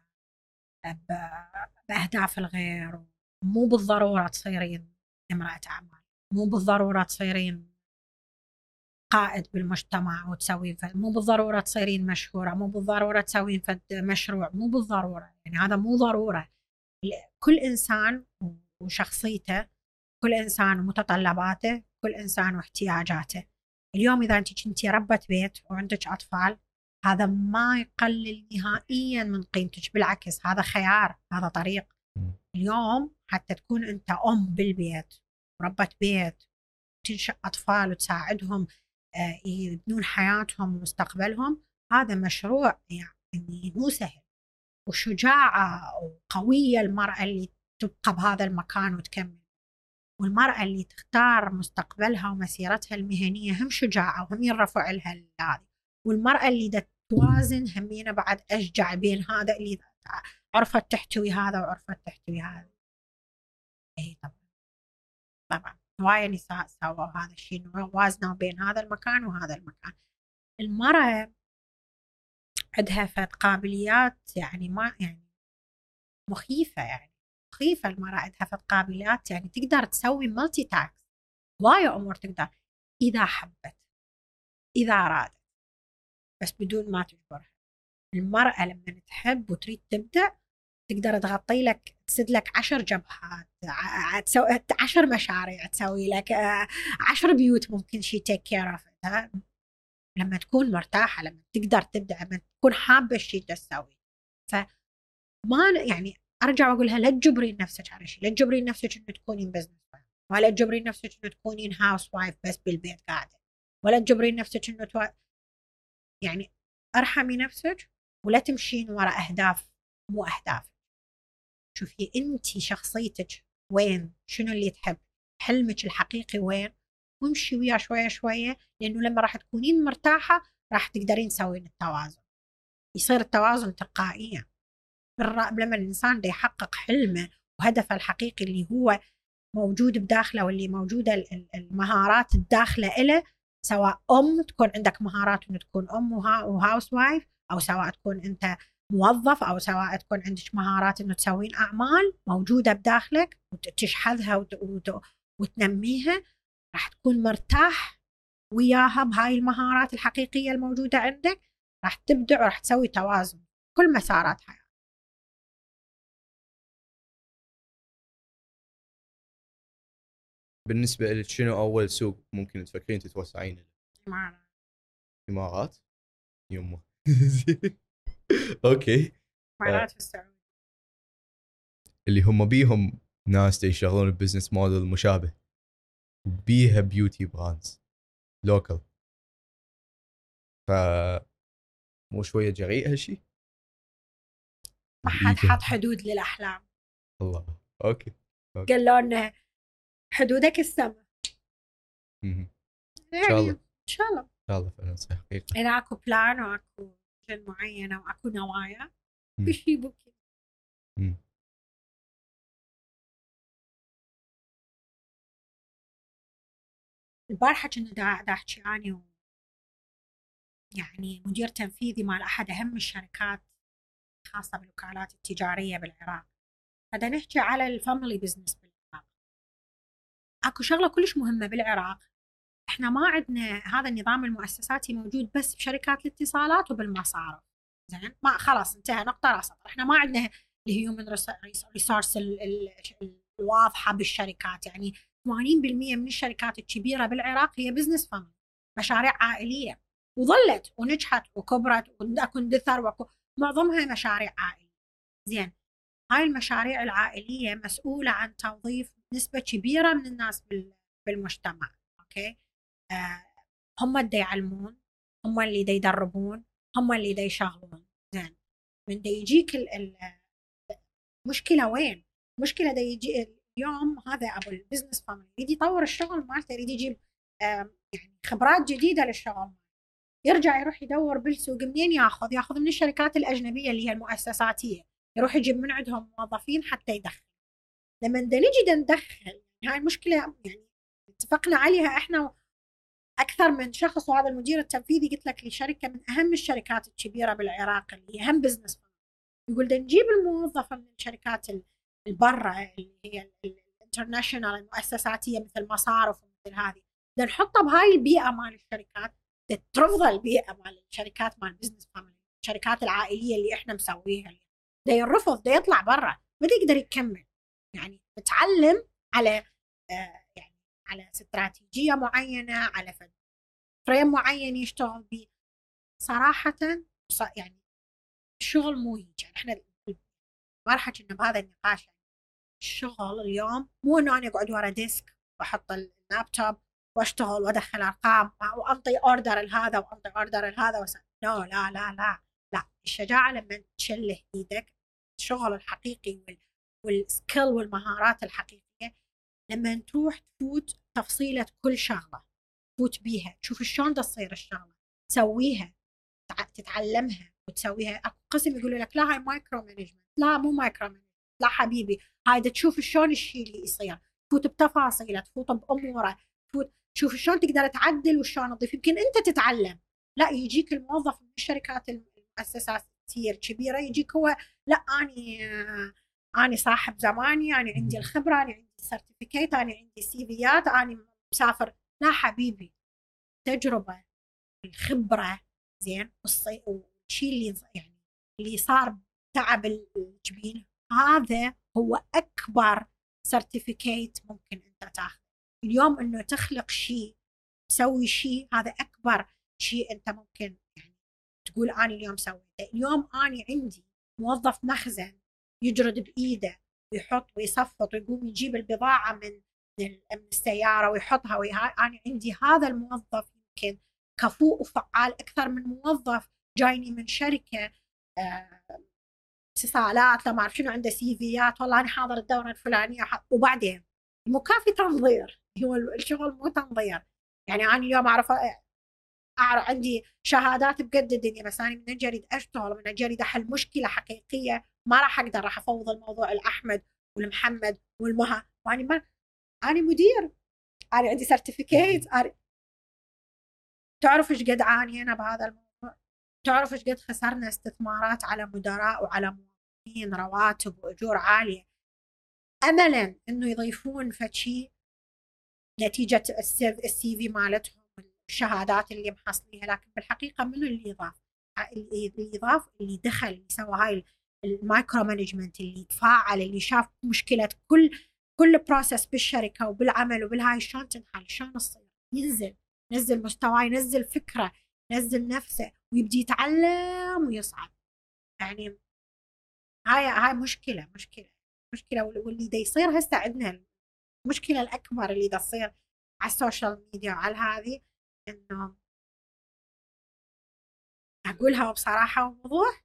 باهداف الغير. مو بالضروره تصيرين امراه اعمال، مو بالضروره تصيرين قائد بالمجتمع وتسوين فد، مو بالضرورة تصيرين مشهورة، مو بالضرورة تسوين فد مشروع، مو بالضرورة، يعني هذا مو ضرورة. كل إنسان وشخصيته، كل إنسان ومتطلباته، كل إنسان واحتياجاته. اليوم إذا أنت كنتي ربة بيت وعندك أطفال، هذا ما يقلل نهائيا من قيمتك، بالعكس هذا خيار، هذا طريق. اليوم حتى تكون أنت أم بالبيت وربة بيت، تنشأ أطفال وتساعدهم يبنون حياتهم ومستقبلهم، هذا مشروع يعني مو سهل. وشجاعة وقوية المرأة اللي تبقى بهذا المكان وتكمل، والمرأة اللي تختار مستقبلها ومسيرتها المهنية هم شجاعة وهم يرفع لها هذه. والمرأة اللي توازن همينة بعد أشجع بين هذا اللي عرفت تحتوي هذا وعرفت تحتوي هذا. اي طبعا طبعا هواية نساء سووا هذا الشيء، وازنوا بين هذا المكان وهذا المكان. المرأة عندها فد قابليات يعني ما يعني مخيفة، يعني مخيفة. المرأة عندها فد قابليات يعني تقدر تسوي مالتي تاسك، هواية أمور تقدر إذا حبت إذا أرادت، بس بدون ما تجبرها. المرأة لما تحب وتريد تبدع تقدر تغطي لك، تسد لك عشر جبهات، تسوي عشر مشاريع، تسوي لك عشر بيوت ممكن شي تيك كير اوف. لما تكون مرتاحة، لما تقدر تبدع، لما تكون حابة الشيء تسوي. فما يعني أرجع وأقولها لا تجبرين نفسك على شيء، لا تجبرين نفسك إنه تكونين بزنس، ولا تجبرين نفسك إنه تكونين هاوس وايف بس بالبيت قاعدة، ولا تجبرين نفسك إنه تو... يعني أرحمي نفسك ولا تمشين وراء أهداف مو أهداف. شوفي أنتي شخصيتك وين، شنو اللي تحب، حلمك الحقيقي وين، وامشي وياه شوية شوية، لأنه لما راح تكونين مرتاحة راح تقدرين تسوين التوازن. يصير التوازن تلقائيا لما الإنسان دا يحقق حلمه وهدفه الحقيقي اللي هو موجود بداخله، واللي موجودة المهارات الداخلة إله، سواء أم تكون عندك مهارات إنه تكون أم وهاوس وايف، أو سواء تكون أنت موظف، أو سواء تكون عندك مهارات إنه تسوين أعمال موجودة بداخلك وتشحذها وت... وت... وتنميها، راح تكون مرتاح وياها بهاي المهارات الحقيقية الموجودة عندك، راح تبدع وراح تسوي توازن كل مسارات حياتك. بالنسبة لك شنو أول سوق ممكن تفكرين تتوسعين؟ إمارات. إمارات؟ يمه. أوكي. إمارات والسعودية. اللي هم بيهم ناس يشتغلون ببزنس موديل مشابه، بيها بيوتي براندز لوكال، ف مو شوية جريء هالشي؟ ما حد حط حدود للأحلام. الله. أوكي, أوكي. قال له إنه حدودك السما. إن شاء الله إن شاء الله إن شاء الله فعلا صحيح. إذا أكو بلان وأكو فيجن معينة وأكو نوايا بشي بوكي. البارحة كنا دا دا أحكي أنا و... يعني مدير تنفيذي مال أحد أهم الشركات خاصة بالوكالات التجارية بالعراق، هذا نحكي على الفاميلي بزنس بالعراق. أكو شغلة كلش مهمة بالعراق، إحنا ما عندنا هذا النظام المؤسساتي موجود بس بشركات الاتصالات وبالمصارف. زين ما خلاص انتهى نقطة راس. إحنا ما عندنا الهيومن ريسورس الواضحة بالشركات. يعني ثمانين بالمئة من الشركات الكبيرة بالعراق هي بزنس فاميلي، مشاريع عائلية، وظلت ونجحت وكبرت واكو اندثر واكو معظمها مشاريع عائلية. زين هاي المشاريع العائلية مسؤولة عن توظيف نسبة كبيرة من الناس بالمجتمع. اوكي آه هم اللي يعلمون، هم اللي دا يدربون، هم اللي دا يشغلون. زين من دا يجيك المشكلة وين؟ مشكلة دا يجي اليوم هذا أبو البزنس فاميلي يريد يطور الشغل مالته، يريد يجيب آه يعني خبرات جديدة للشغل، يرجع يروح يدور بالسوق منين ياخذ؟ ياخذ من الشركات الأجنبية اللي هي المؤسساتية، يروح يجيب من عندهم موظفين حتى يدخل. لما دا نجي ندخل هاي المشكلة يعني اتفقنا عليها احنا أكثر من شخص، وهذا المدير التنفيذي قلت لك لشركة من أهم الشركات الكبيرة بالعراق اللي هي أهم بزنس، يقول ده نجيب الموظفة من الشركات البرة اللي هي الانترناشونال المؤسساتية مثل مصارف ومثل هذه، ده نحطها بهاي البيئة مال الشركات، ترفض البيئة مال الشركات مال بزنس فاميلي، الشركات العائلية اللي إحنا مسويها، ده يرفض، ده يطلع برا، ما يقدر يكمل. يعني نتعلم على آه يعني على استراتيجية معينة، على فريم معين يشتغل به. صراحة يعني الشغل مو هيك، يعني احنا ما راح حكينا بهذا النقاش. يعني الشغل اليوم مو انه انا اقعد ورا ديسك واحط اللابتوب واشتغل وادخل ارقام وانطي اوردر لهذا وانطي اوردر لهذا وس... لا لا لا لا لا الشجاعة لما تشله ايدك، الشغل الحقيقي وال... والسكيل والمهارات الحقيقية لما تروح تفوت تفصيلة كل شغلة، فوت بيها، تشوف شلون تصير الشغلة، سويها، تتعلمها وتسويها. اكو قسم يقولوا لك لا هاي مايكرو مانجمنت، لا مو مايكرو مانجمنت، لا حبيبي هاي تشوف شلون الشيء اللي يصير، تفوت بتفاصيله، تفوت باموره، تفوت تشوف شلون تقدر تعدل وشلون تضيف. يمكن انت تتعلم، لا يجيك الموظف من الشركات المؤسسات كثير كبيره يجيك هو لا اني اني صاحب زماني، اني عندي الخبره، اني عندي السيرتيفيكيت، اني عندي سيفيات، اني مسافر. لا حبيبي، تجربه، الخبره، زين، والشيء اللي يعني اللي صار تعب الجبين، هذا هو اكبر سيرتيفيكيت ممكن انت تاخذه اليوم. انه تخلق شيء، تسوي شيء، هذا اكبر شيء انت ممكن يعني تقول انا اليوم سويته. اليوم انا عندي موظف مخزن يجرد بايده ويحط ويصفط ويقوم يجيب البضاعه من من السياره ويحطها ويها. انا عندي هذا الموظف يمكن كفؤ وفعال اكثر من موظف جايني من شركه اتصالات لا ما اعرف شنو، عنده سيفيات، والله انا حاضر الدوره الفلانيه، وبعدين مكافي تنظير. هو الشغل مو تنظير. يعني انا اليوم اعرف اعرف عندي شهادات بقد الدنيا، بس انا من اجي اريد اشتغل، من اجي اريد احل مشكله حقيقيه، ما راح اقدر، راح افوض الموضوع لاحمد والمحمد والمها، واني ما انا مدير، انا عندي سيرتيفيكيت. أنا... تعرف ايش قد عانينا بهذا الموضوع؟ تعرف ايش قد خسرنا استثمارات على مدراء وعلى موظفين، رواتب واجور عاليه، املا انه يضيفون فشي نتيجه السي في مالتهم، الشهادات اللي محصليها، لكن بالحقيقه منو اللي يضاف؟ اللي يضاف اللي دخل، اللي سوى هاي المايكرو مانجمنت، اللي تفاعل، اللي شاف مشكله كل كل بروسس بالشركه وبالعمل وبالهاي شلون تنحل، شلون تصير، ينزل نزل مستواه، ينزل فكره، ينزل نفسه، ويبدي يتعلم ويصعد. يعني هاي هاي مشكله مشكله مشكله واللي دا يصير هسه عندنا المشكله الاكبر اللي دا تصير على السوشيال ميديا وعلى هذه، انه اقولها بصراحه ووضوح،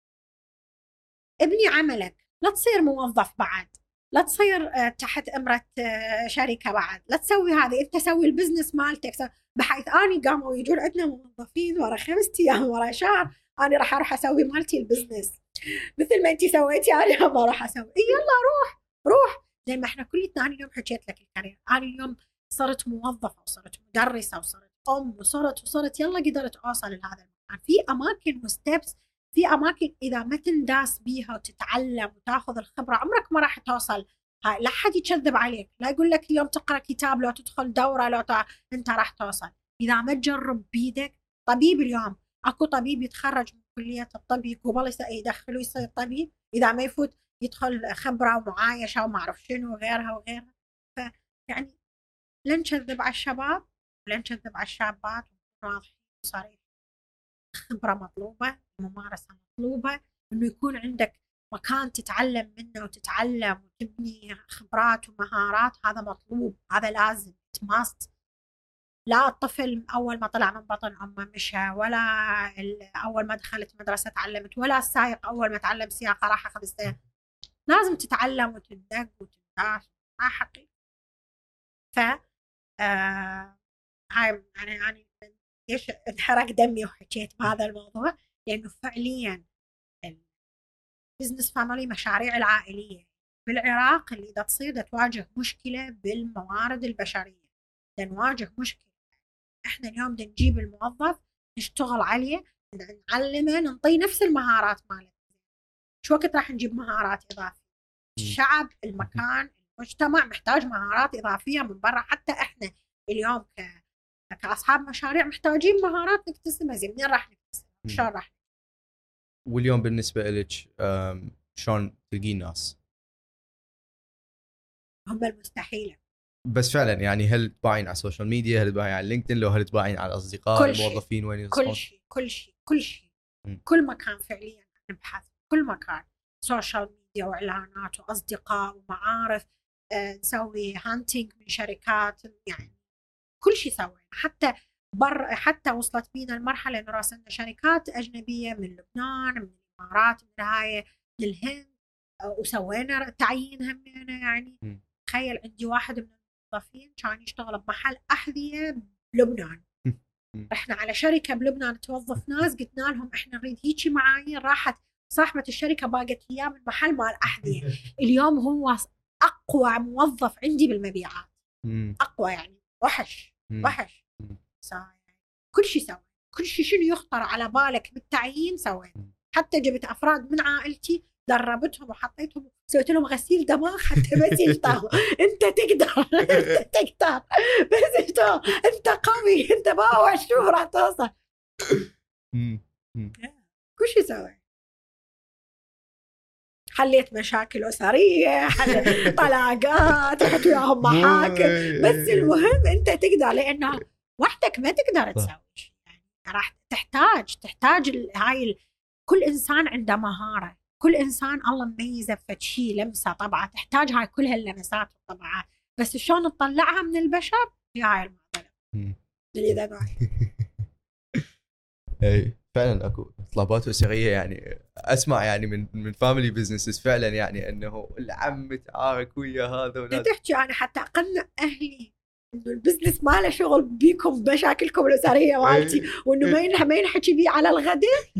ابني عملك، لا تصير موظف بعد، لا تصير تحت امره شركه بعد، لا تسوي هذه، انت سوي البزنس مالتك، بحيث اني قاموا يجون عندنا موظفين ورا خمسة ايام ورا شهر انا راح اروح اسوي مالتي البزنس مثل ما انت سويتي انا ما راح اسوي. اي يلا روح روح، زي ما احنا كلنا. انا اليوم حكيت لك الكارير، انا اليوم صرت موظفه وصرت مدرسه وصرت ام وصرت وصرت يلا قدرت اوصل لهذا المكان. في اماكن وستبس، في اماكن اذا ما تنداس بيها وتتعلم وتاخذ الخبره عمرك ما راح توصل. هاي لا حد يكذب عليك، لا يقول لك اليوم تقرا كتاب لو تدخل دوره لو تع... انت راح توصل اذا ما تجرب بيدك. طبيب اليوم اكو طبيب يتخرج من كليه الطب قبل يدخلوا يصير طبيب اذا ما يفوت يدخل خبره ومعايشه وما اعرف شنو وغيرها وغيرها. فيعني لا نكذب على الشباب ولا نكذب على الشابات، واضحين وصريح. خبره مطلوبه، ممارسه مطلوبه، انه يكون عندك مكان تتعلم منه وتتعلم وتبني خبرات ومهارات، هذا مطلوب، هذا لازم ماست. لا الطفل اول ما طلع من بطن امه مشى، ولا اول ما دخلت مدرسه تعلمت، ولا السائق اول ما تعلم سياقه راح اخذ السيارة. لازم تتعلم وتدق وتنداس، ما حقيقي. ف آه... هاي يعني يعني ليش انحرق دمي وحكيت بهذا الموضوع؟ لانه فعليا البزنس فاميلي، مشاريع العائليه بالعراق اللي دا تصير دا تواجه مشكله بالموارد البشريه، دا نواجه مشكله. احنا اليوم دا نجيب الموظف نشتغل عليه، نعلمه، نعطيه نفس المهارات مالته، شو وقت راح نجيب مهارات اضافيه؟ الشعب، المكان، المجتمع محتاج مهارات اضافيه من برا. حتى احنا اليوم ك كاصحاب مشاريع محتاجين مهارات نكتسبها. زين منين راح نكتسبها؟ شلون راح؟ واليوم بالنسبه لك شلون تلقين ناس؟ هم المستحيله. بس فعلا يعني هل تباعين على السوشيال ميديا، هل تباعين على لينكدين، لو هل تباعين على الاصدقاء كل الموظفين وين يصحون؟ كل شيء كل شيء كل شيء كل مكان فعليا نبحث، كل مكان، سوشيال ميديا واعلانات واصدقاء ومعارف، آه، نسوي هانتينج من شركات، يعني كل شيء سوينا. حتى بر حتى وصلت بينا المرحله انه راسلنا شركات اجنبيه من لبنان، من الامارات، من هاي، من الهند، آه، وسوينا تعيين همينه. يعني تخيل عندي واحد من الموظفين كان يشتغل بمحل احذيه بلبنان، رحنا على شركة بلبنان توظف ناس، قلنا لهم إحنا نريد هيجي معايير، راحت صاحبة الشركة باقت أيام المحل مال أحذية، اليوم هو أقوى موظف عندي بالمبيعات، أقوى يعني وحش وحش. كل شيء سوى، كل شيء شنو يخطر على بالك بالتعيين سويت، حتى جبت أفراد من عائلتي دربتهم وحطيتهم، سويت لهم غسيل دماغ حتى بس يشتغلوا. أنت تقدر، أنت تقدر بس اشتغل، أنت قوي، أنت باوع، شوف راح توصل. كل شيء سويت، حليت مشاكل أسرية، حليت طلاقات، رحت وياهم محاكم، بس المهم أنت تقدر، لأنه وحدك ما تقدر تسوي شيء، يعني راح تحتاج تحتاج هاي. كل إنسان عنده مهارة، كل إنسان الله مميزه بفد شيء، لمسة طبعا تحتاج هاي كل هاللمسات والطبعات، بس شلون نطلعها من البشر هي هاي المعضلة اللي ذا. اي فعلا اكو طلبات اسريه، يعني اسمع يعني من من فاميلي بزنسز فعلا، يعني انه العم تعارك ويا هذا ولا تحكي انا حتى اقنع اهلي انه البزنس ما له شغل بيكم بمشاكلكم الاسريه مالتي، وانه ما ينح ما ينحكي بيه على الغداء.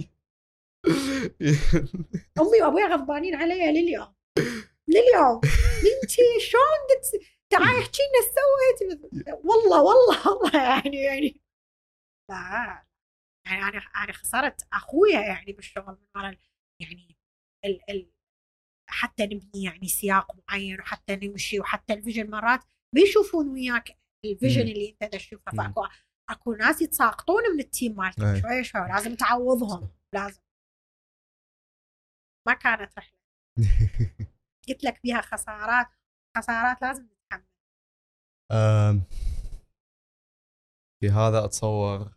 امي وابوي غضبانين علي لليوم لليوم بنتي شلون تعالي احكي لنا سويت، والله والله والله يعني يعني لا يعني انا انا خسرت اخويا يعني بالشغل من ورا، يعني ال ال حتى نبني يعني سياق معين، وحتى نمشي، وحتى الفيجن مرات ما يشوفون وياك الفيجن اللي انت تشوفه، فاكو اكو ناس يتساقطون من التيم مالتك شوي شوي، لازم تعوضهم، لازم. ما كانت رحله قلت لك بيها خسارات، خسارات لازم نتحمل. في هذا اتصور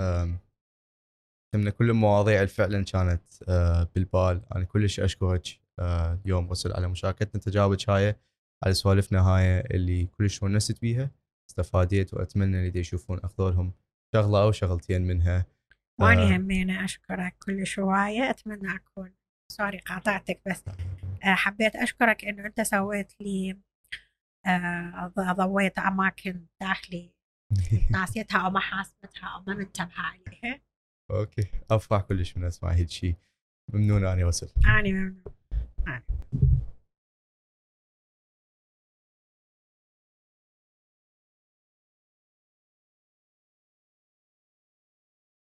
من كل المواضيع اللي فعلا كانت بالبال. انا كلش اشكرك اليوم غسل على مشاركتنا تجاربك هاي، على سوالفنا هاي اللي كلش ونست بيها، استفاديت، واتمنى اللي يشوفون اخذوا لهم شغله او شغلتين منها. واني همينه اشكرك كلش هوايه، اتمنى اكون سوري قاطعتك، بس حبيت اشكرك انه انت سويت لي ضويت اماكن داخلي ناسيتها او ما حاسبتها او ما منتبهه عليها. اوكي، افرح كلش من اسمع هيك شيء. ممنون اني وصل. اني ممنون.